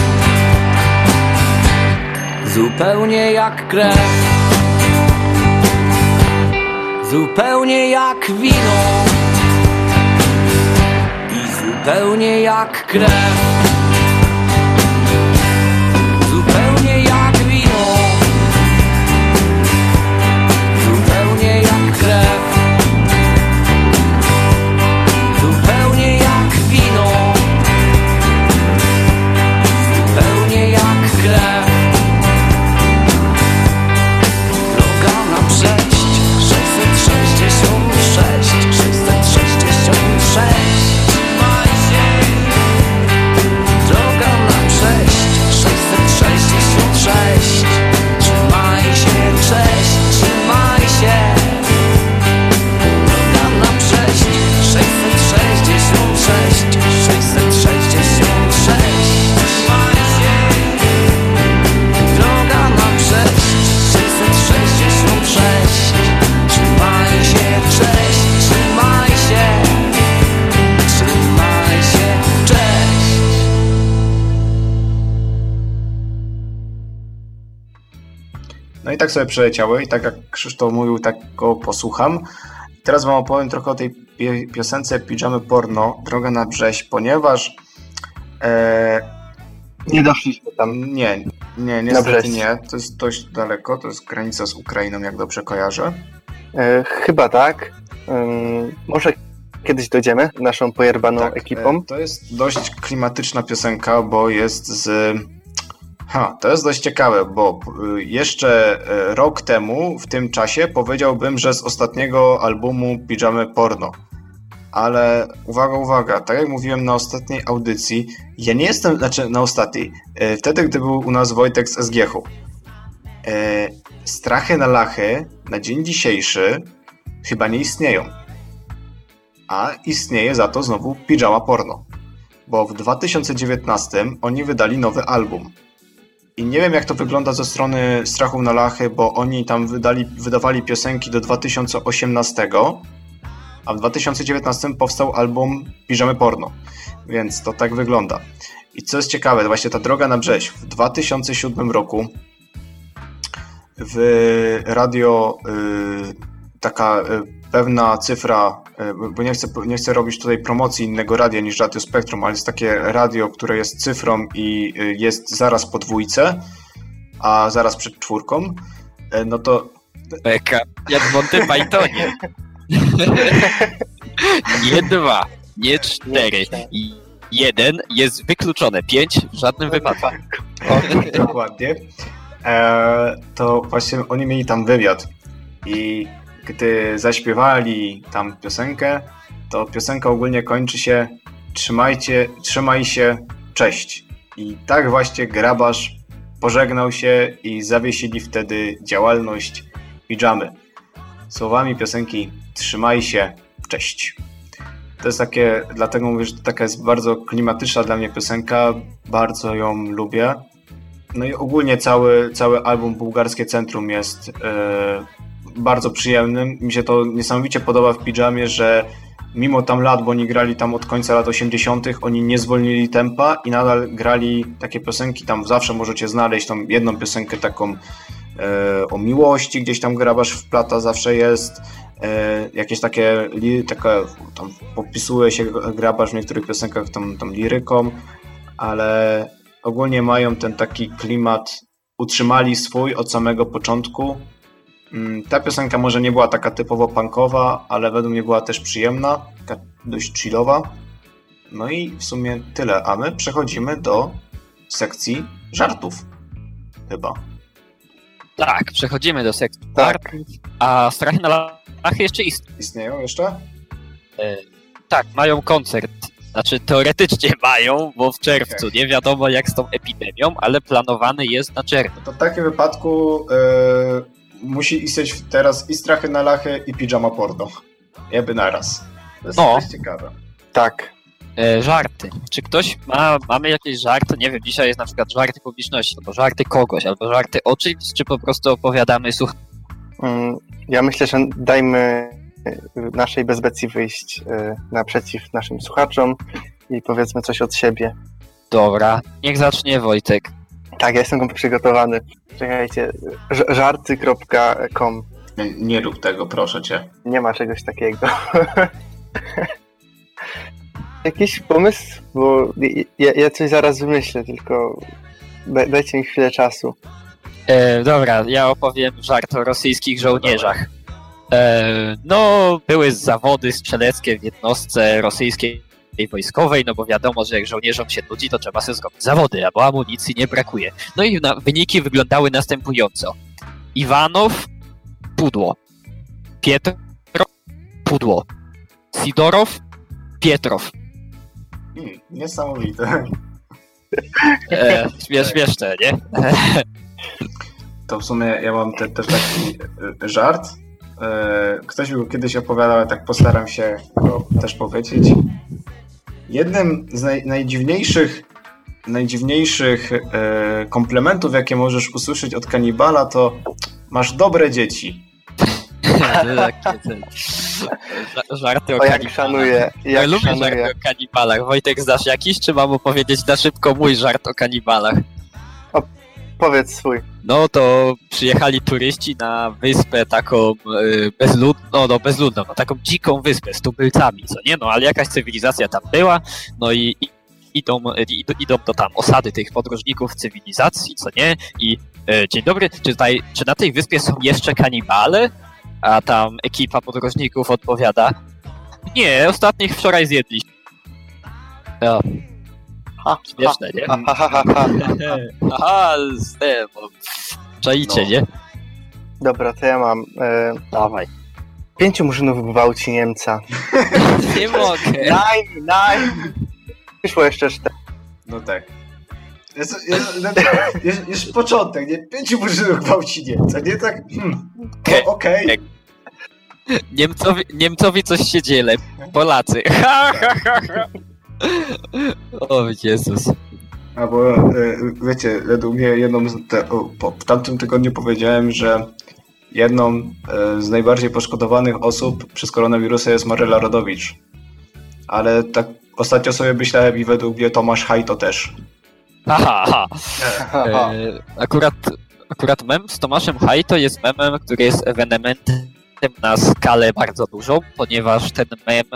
zupełnie jak krew, zupełnie jak wino i zupełnie jak krew. No i tak sobie przeleciały i tak jak Krzysztof mówił, tak go posłucham. Teraz wam opowiem trochę o tej pie- piosence Pijamy Porno, Droga na Brześć, ponieważ e, Nie doszliśmy tam. nie, nie, Na niestety Brześć. nie, to jest dość daleko, to jest granica z Ukrainą, jak dobrze kojarzę. E, chyba tak. Ym, może kiedyś dojdziemy naszą pojerbaną Tak, ekipą. e, to jest dość klimatyczna piosenka, bo jest z... Ha, to jest dość ciekawe, bo y, jeszcze y, rok temu, w tym czasie, powiedziałbym, że z ostatniego albumu Pijamy Porno. Ale uwaga, uwaga, tak jak mówiłem na ostatniej audycji, ja nie jestem, znaczy na ostatniej, y, wtedy, gdy był u nas Wojtek z S G H-u. Y, strachy na lachy na dzień dzisiejszy chyba nie istnieją. A istnieje za to znowu Pijama Porno. Bo w dwa tysiące dziewiętnastym oni wydali nowy album. I nie wiem, jak to wygląda ze strony Strachów na Lachy, bo oni tam wydali, wydawali piosenki do dwa tysiące osiemnastego, a w dwa tysiące dziewiętnastym powstał album Pijamy Porno. Więc to tak wygląda. I co jest ciekawe, właśnie ta Droga na Brześć. W dwa tysiące siódmym roku w radio y, taka y, pewna cyfra, y, bo nie chcę, nie chcę robić tutaj promocji innego radia niż Radio Spektrum, ale jest takie radio, które jest cyfrą i y, jest zaraz po dwójce, a zaraz przed czwórką, y, no to... Beka, jak w Monty Pythonie. Nie dwa, nie cztery. I jeden jest wykluczone, pięć w żadnym wypadku. O, dokładnie. E, to właśnie oni mieli tam wywiad i gdy zaśpiewali tam piosenkę, to piosenka ogólnie kończy się trzymajcie, trzymaj się, cześć. I tak właśnie Grabarz pożegnał się i zawiesili wtedy działalność Pijamy. Słowami piosenki trzymaj się, cześć. To jest takie, dlatego mówię, że to taka jest bardzo klimatyczna dla mnie piosenka, bardzo ją lubię. No i ogólnie cały, cały album Bułgarskie Centrum jest e, bardzo przyjemnym. Mi się to niesamowicie podoba w Pijamie, że mimo tam lat, bo oni grali tam od końca lat osiemdziesiątych, oni nie zwolnili tempa i nadal grali takie piosenki, tam zawsze możecie znaleźć tą jedną piosenkę taką e, o miłości, gdzieś tam Grabarz wplata zawsze jest. E, jakieś takie, takie tam popisuje się Grabarz w niektórych piosenkach tą, tą liryką, ale ogólnie mają ten taki klimat, utrzymali swój od samego początku. Ta piosenka może nie była taka typowo punkowa, ale według mnie była też przyjemna, taka dość chillowa. No i w sumie tyle, a my przechodzimy do sekcji żartów. Chyba. Tak, przechodzimy do sekcji Tak. żartów, a Strachy na Lachy jeszcze istnieją. Istnieją jeszcze? E, tak, mają koncert. Znaczy teoretycznie mają, bo w czerwcu. Nie wiadomo jak z tą epidemią, ale planowany jest na czerwiec. To w takim wypadku yy, musi istnieć teraz i Strachy na Lachy i Pijama Porno. Jakby naraz. To jest No. dość ciekawe. Tak. E, żarty. Czy ktoś ma, mamy jakieś żarty? Nie wiem, dzisiaj jest na przykład żarty publiczności, albo żarty kogoś, albo żarty o czymś, czy po prostu opowiadamy słuch... Mm, Ja myślę, że dajmy naszej bezbecji wyjść y, naprzeciw naszym słuchaczom i powiedzmy coś od siebie. Dobra, niech zacznie Wojtek. Tak, ja jestem przygotowany. Czekajcie, ż- żarty kropka com. Nie, nie rób tego, proszę cię. Nie ma czegoś takiego. Jakiś pomysł? Bo ja, ja coś zaraz wymyślę, tylko daj, dajcie mi chwilę czasu. E, dobra, ja opowiem żart o rosyjskich żołnierzach. E, no, były zawody strzeleckie w jednostce rosyjskiej wojskowej, no bo wiadomo, że jak żołnierzom się nudzi, to trzeba sobie zrobić zawody, bo amunicji nie brakuje. No i na, wyniki wyglądały następująco. Iwanow, pudło. Pietrow, pudło. Sidorow, Pietrow. Hmm, niesamowite. E, śmiesz, śmieszne, nie? To w sumie ja mam te, też taki y, żart. Y, ktoś mi go kiedyś opowiadał, ale tak postaram się go też powiedzieć. Jednym z naj, najdziwniejszych najdziwniejszych y, komplementów, jakie możesz usłyszeć od kanibala, to masz dobre dzieci. Takie te, ża- żarty o, O, jak kanibalach. szanuję, Ja jak lubię szanuję. żarty o kanibalach. Wojtek, znasz jakiś, czy mam opowiedzieć na szybko mój żart o kanibalach? Powiedz swój. No to przyjechali turyści na wyspę taką y, bezludną, no, no bezludną, no, taką dziką wyspę z tubylcami, co nie? No ale jakaś cywilizacja tam była, no i, i idą, i, idą do tam osady tych podróżników cywilizacji, co nie? I y, dzień dobry, czy, tutaj, czy na tej wyspie są jeszcze kanibale? A tam ekipa podróżników odpowiada, nie, ostatnich wczoraj zjedliśmy. No. Ha, Śmieszne, nie? Ha, ha, ha, ha, ha. Aha, z tym, bo czaicie, No. nie? Dobra, to ja mam. E, Dawaj. pięciu murzynów gwałci Niemca. Nie mogę. Nine, nine. Wyszło jeszcze cztery. No tak. Jest, jest, jest, jest początek, nie? Pięciu murzynów gwałci Niemca, nie tak? Hmm. Okej. O, Okej. Niemcowi, Niemcowi coś się dzielę. Polacy. Ha, ha, ha, ha. O Jezus. Albo e, wiecie, według mnie jedną z te, o, po, w tamtym tygodniu powiedziałem, że jedną e, z najbardziej poszkodowanych osób przez koronawirusa jest Maryla Rodowicz. Ale tak ostatnio sobie myślałem i według mnie Tomasz Hajto też. Aha, aha. Aha. E, akurat, akurat mem z Tomaszem Hajto jest memem, który jest ewenementem na skalę bardzo dużą, ponieważ ten mem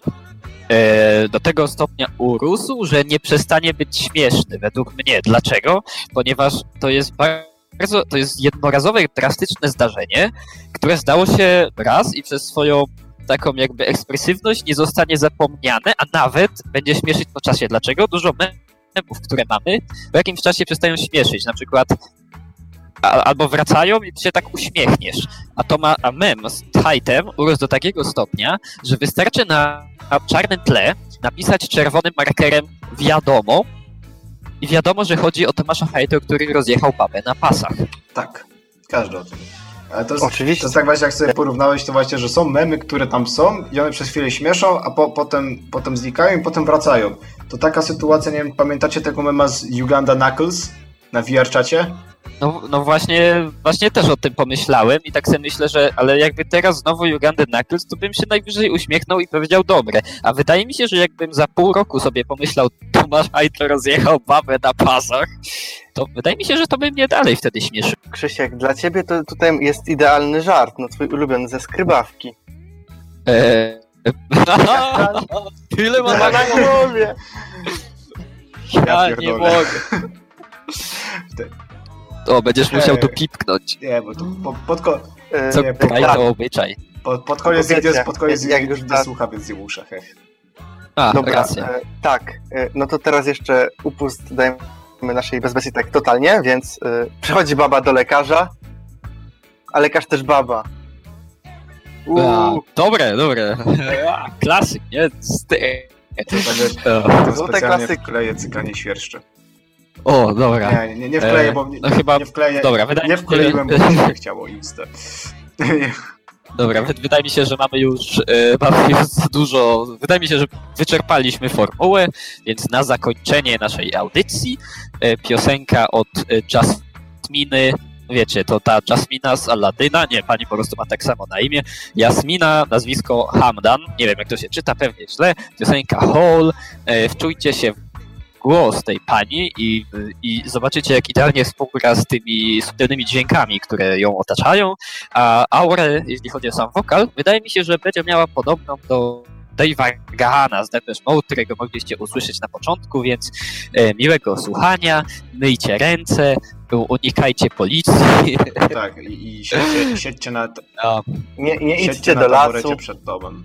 e, do tego stopnia urósł, że nie przestanie być śmieszny według mnie. Dlaczego? Ponieważ to jest bardzo, to jest jednorazowe, drastyczne zdarzenie, które zdało się raz i przez swoją taką jakby ekspresywność nie zostanie zapomniane, a nawet będzie śmieszyć po czasie. Dlaczego? Dużo memów, które mamy, po jakimś czasie przestają śmieszyć. Na przykład a, albo wracają i się tak uśmiechniesz. A to ma a mem z hajtem urósł do takiego stopnia, że wystarczy na, na czarnym tle napisać czerwonym markerem wiadomo i wiadomo, że chodzi o Tomasza Hajto, który rozjechał babę na pasach. Tak, każdy o tym. Ale to jest, Oczywiście. to jest tak właśnie, jak sobie porównałeś, to właśnie, że są memy, które tam są i one przez chwilę śmieszą, a po, potem, potem znikają i potem wracają. To taka sytuacja, nie wiem, pamiętacie tego mema z Uganda Knuckles na V R-czacie? No, no właśnie, właśnie też o tym pomyślałem i tak sobie myślę, że ale jakby teraz znowu Uganda Knuckles, to bym się najwyżej uśmiechnął i powiedział dobre. A wydaje mi się, że jakbym za pół roku sobie pomyślał Tomasz Hajto rozjechał babę na pasach, to wydaje mi się, że to by mnie dalej wtedy śmieszyło. Krzysiek, dla ciebie to tutaj jest idealny żart, no twój ulubiony ze skrybawki. Eee... Tyle mam Na głowie! Ja nie pierdolę. mogę. O, będziesz musiał tu pipknąć. Nie, bo to po, pod, ko- E, Co nie, kraj tak. to obyczaj. pod, pod koniec Bo wiecie, idzie, pod koniec jak idzie, już już ta- słucha, więc nie muszę. Hech. A, Dobra, racja. e, tak, e, no to teraz jeszcze upust dajemy naszej bezbesji tak totalnie, więc e, przychodzi baba do lekarza, a lekarz też baba. A, Uuu, dobre, dobre. A, klasyk, nie? Sty- To będzie- O, To Złote specjalnie klasyki. wkleję cykanie świerszcze. O, dobra. Nie, nie, nie wkleję, E, bo nie, no chyba- nie wkleję, dobra, wydaje nie mi się- wkleiłem, bo mi się chciało insta. Dobra, wy- wydaje mi się, że mamy już, e, mamy już za dużo. Wydaje mi się, że wyczerpaliśmy formułę, więc na zakończenie naszej audycji e, piosenka od e, Jasminy. Wiecie, to ta Jasmina z Aladyna, nie, pani po prostu ma tak samo na imię. Jasmina, nazwisko Hamdan, nie wiem jak to się czyta, pewnie źle. Piosenka Hall, e, wczujcie się w głos tej pani i, i zobaczycie, jak idealnie współgra z tymi subtelnymi dźwiękami, które ją otaczają, a aurę, jeśli chodzi o sam wokal, wydaje mi się, że będzie miała podobną do Dave'a Gahana z Depeche Mode, którego mogliście usłyszeć na początku, więc e, miłego słuchania, myjcie ręce, u- unikajcie policji. Tak, i, i siedźcie, siedźcie na, A, nie, nie siedźcie idźcie na do taborecie lasu. przed domem.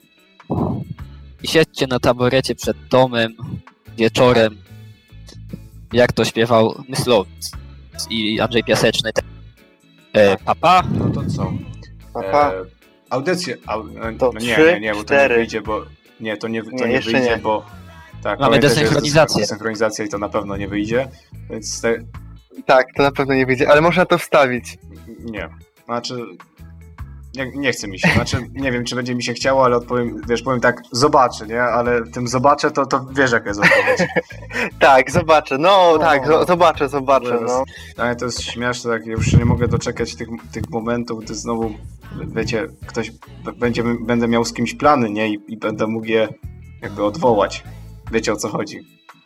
I siedźcie na taborecie przed domem wieczorem, jak to śpiewał Myslowic i Andrzej Piaseczny. E, papa, No to co? Papa. E, audycję. Au, e, To no nie, trzy, nie, nie, bo to cztery. nie wyjdzie, bo. Nie, to nie, to Nie, nie, jeszcze wyjdzie, nie. bo. Tak, Mamy pamiętaj, że jest desynchronizację. Desynchronizacja i to na pewno nie wyjdzie. Więc te, Tak, to na pewno nie wyjdzie, ale można to wstawić. nie. Znaczy. Nie, nie chce mi się. Znaczy, nie wiem, czy będzie mi się chciało, ale odpowiem, wiesz, powiem tak, zobaczę, nie? Ale tym zobaczę, to, to wiesz, jaka jest odpowiedź. Tak, zobaczę, no O. tak, zo- zobaczę, zobaczę, no. Ale to jest śmieszne, tak, ja już się nie mogę doczekać tych, tych momentów, gdy znowu, wiecie, ktoś, b- będzie, będę miał z kimś plany, nie? I, I będę mógł je jakby odwołać. Wiecie, o co chodzi.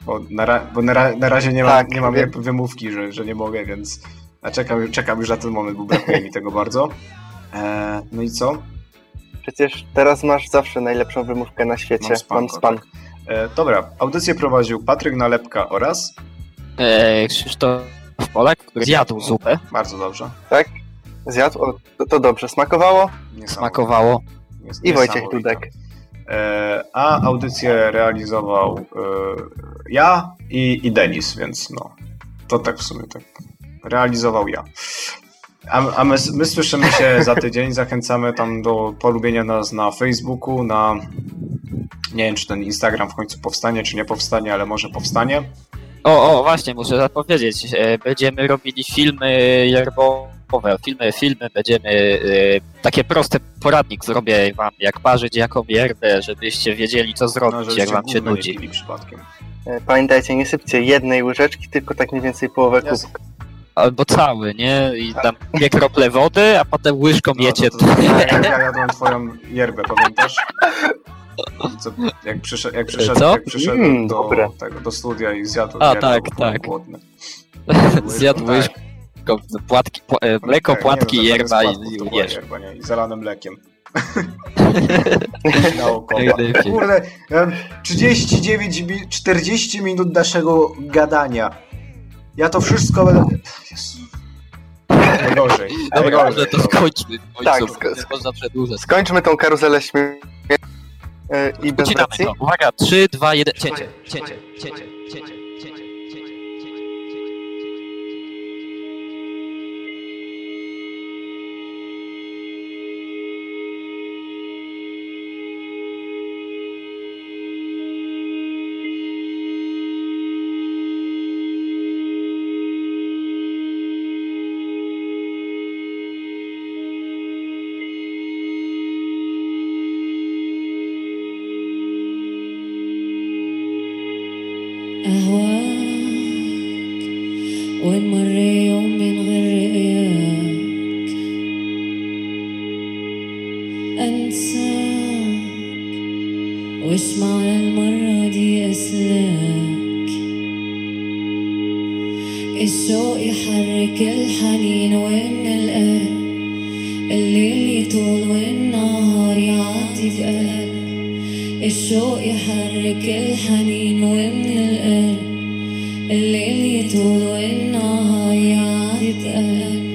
Bo na, ra, bo na, ra, na razie nie mam, Tak, nie mam wiem. jakby wymówki, że, że nie mogę, więc a czekam, czekam już na ten moment, bo brakuje mi tego bardzo. E, no i co? Przecież teraz masz zawsze najlepszą wymówkę na świecie. Mam spanko, Mam span. tak. E, dobra, audycję prowadził Patryk Nalepka oraz... E, Krzysztof Polak, który zjadł zupę. Bardzo dobrze. Tak? Zjadł? O, to, to dobrze. Smakowało? Smakowało. Nies- I Wojciech niesamowite. Dudek. E, a audycję realizował e, ja i, i Denis, więc no, to tak w sumie tak realizował ja. A, a my, my słyszymy się za tydzień, zachęcamy tam do polubienia nas na Facebooku, na nie wiem, czy ten Instagram w końcu powstanie, czy nie powstanie, ale może powstanie. O, o, właśnie, muszę zapowiedzieć. E, Będziemy robili filmy yerbowe, filmy, filmy, będziemy e, takie proste poradnik zrobię wam, jak parzyć jaką yerbę, żebyście wiedzieli, co No, zrobić, żebyście jak wam się gówna nie nudzi. pili przypadkiem. E, Pamiętajcie, nie sypcie jednej łyżeczki, tylko tak mniej więcej połowę Jasne. kubka. Albo cały, nie? I tam dwie krople wody, a potem łyżką No, jecie. to, to, to, jak ja jadłem twoją yerbę, pamiętasz? Co, jak przyszedł, jak przyszedł, Co? jak przyszedł Mm, do, dobre. tego, do studia i zjadł A, yerbę, tak, bo był tak. głodny. Zjadł Tak. łyżką, płatki, pła- e, mleko, Tak, płatki, nie, no, yerba zamiast i płatków to była jesz. yerba, nie? I zalane mlekiem. Naokoło. Najlepiej. Kurde, em, trzydzieści dziewięć, mi- czterdzieści minut naszego gadania. Ja to wszystko będę... Jezu. Najgorzej. Dobra, najgorzej. może to skończmy w Tak, końcu, sk- nie można przedłużać. Skończmy tą karuzelę śmiechu e, i bez Ucinamy racji. to. Uwaga, trzy, dwa, jeden, cięcie, cięcie, cięcie, cięcie, cięcie. أهواك وين مر يوم من غير رؤياك أنساك وش معنى المرة دي أسلاك الشوق يحرك الحنين وين القلب الليل يطول والنهار يعدي بقلب الشوق يحرك الحنين ومن القلب الليل يطول والنهار يعدي بقلب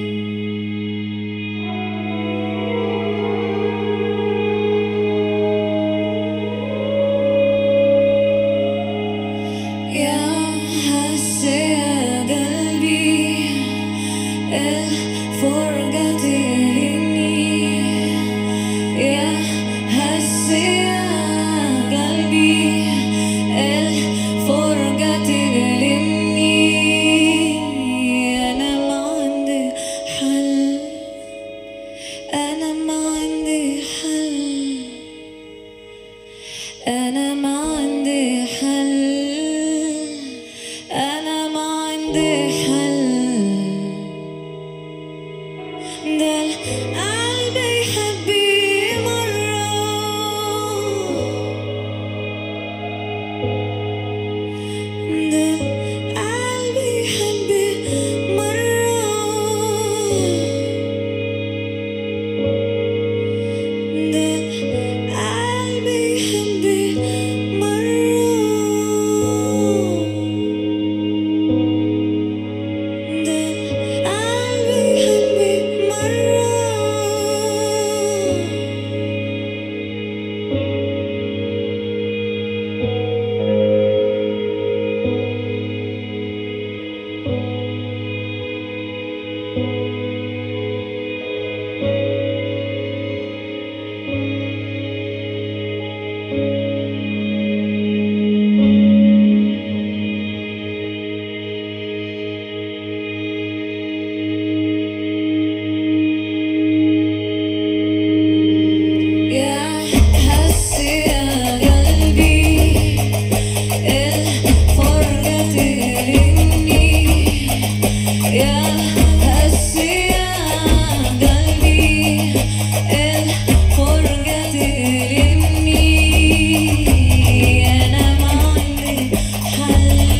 يا هسه يا قلبي الفرقة تلمني يا هسه يا قلبي الفرقة تلمني أنا ما عندي حل أنا ما عندي حل أنا ما عندي حل أنا ما عندي حل ده القلب يحبي مرة ده القلب يحبي مرة ده القلب يحبي مرة ده القلب يحبي مرة يا هسه يا قلبي الفرقة تلمني يا هسه يا قلبي الفرقة تلمني أنا ما عندي حل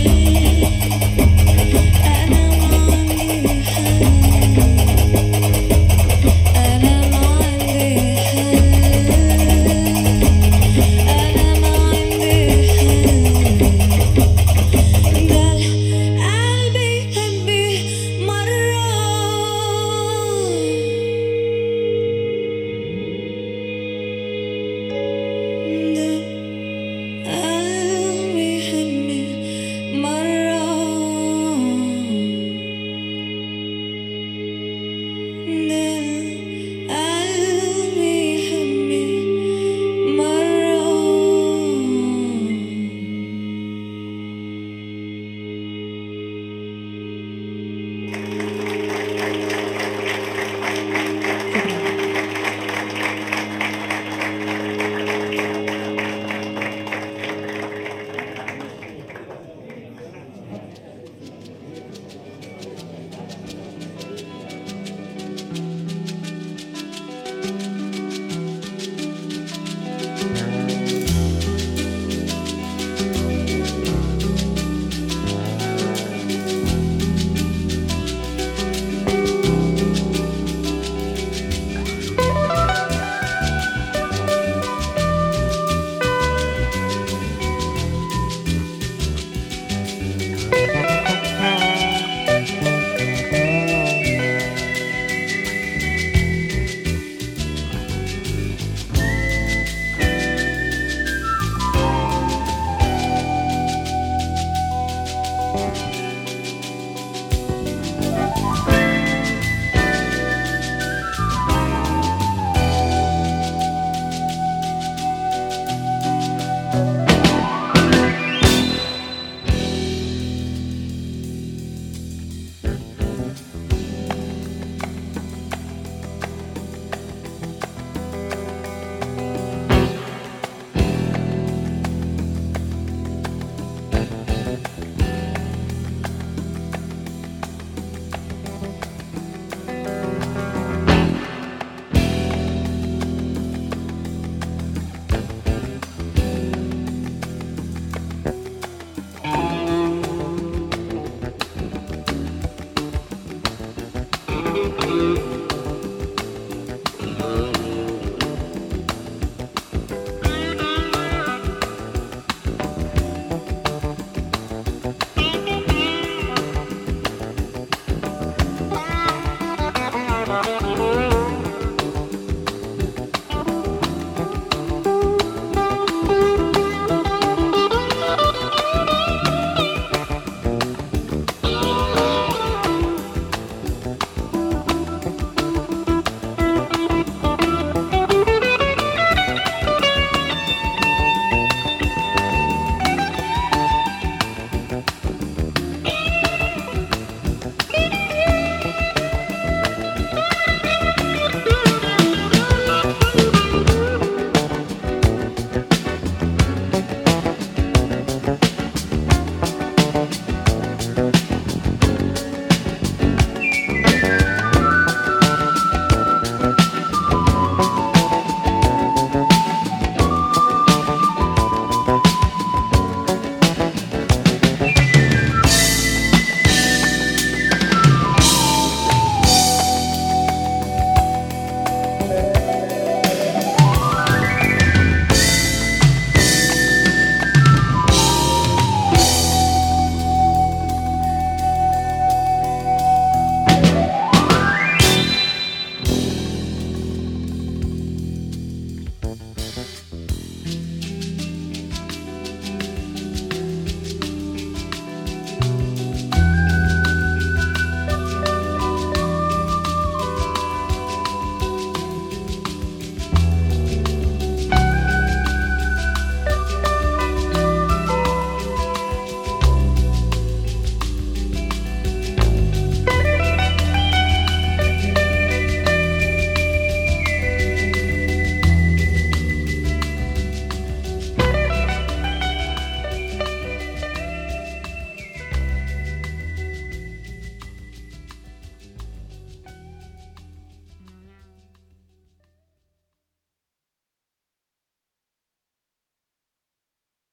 Thank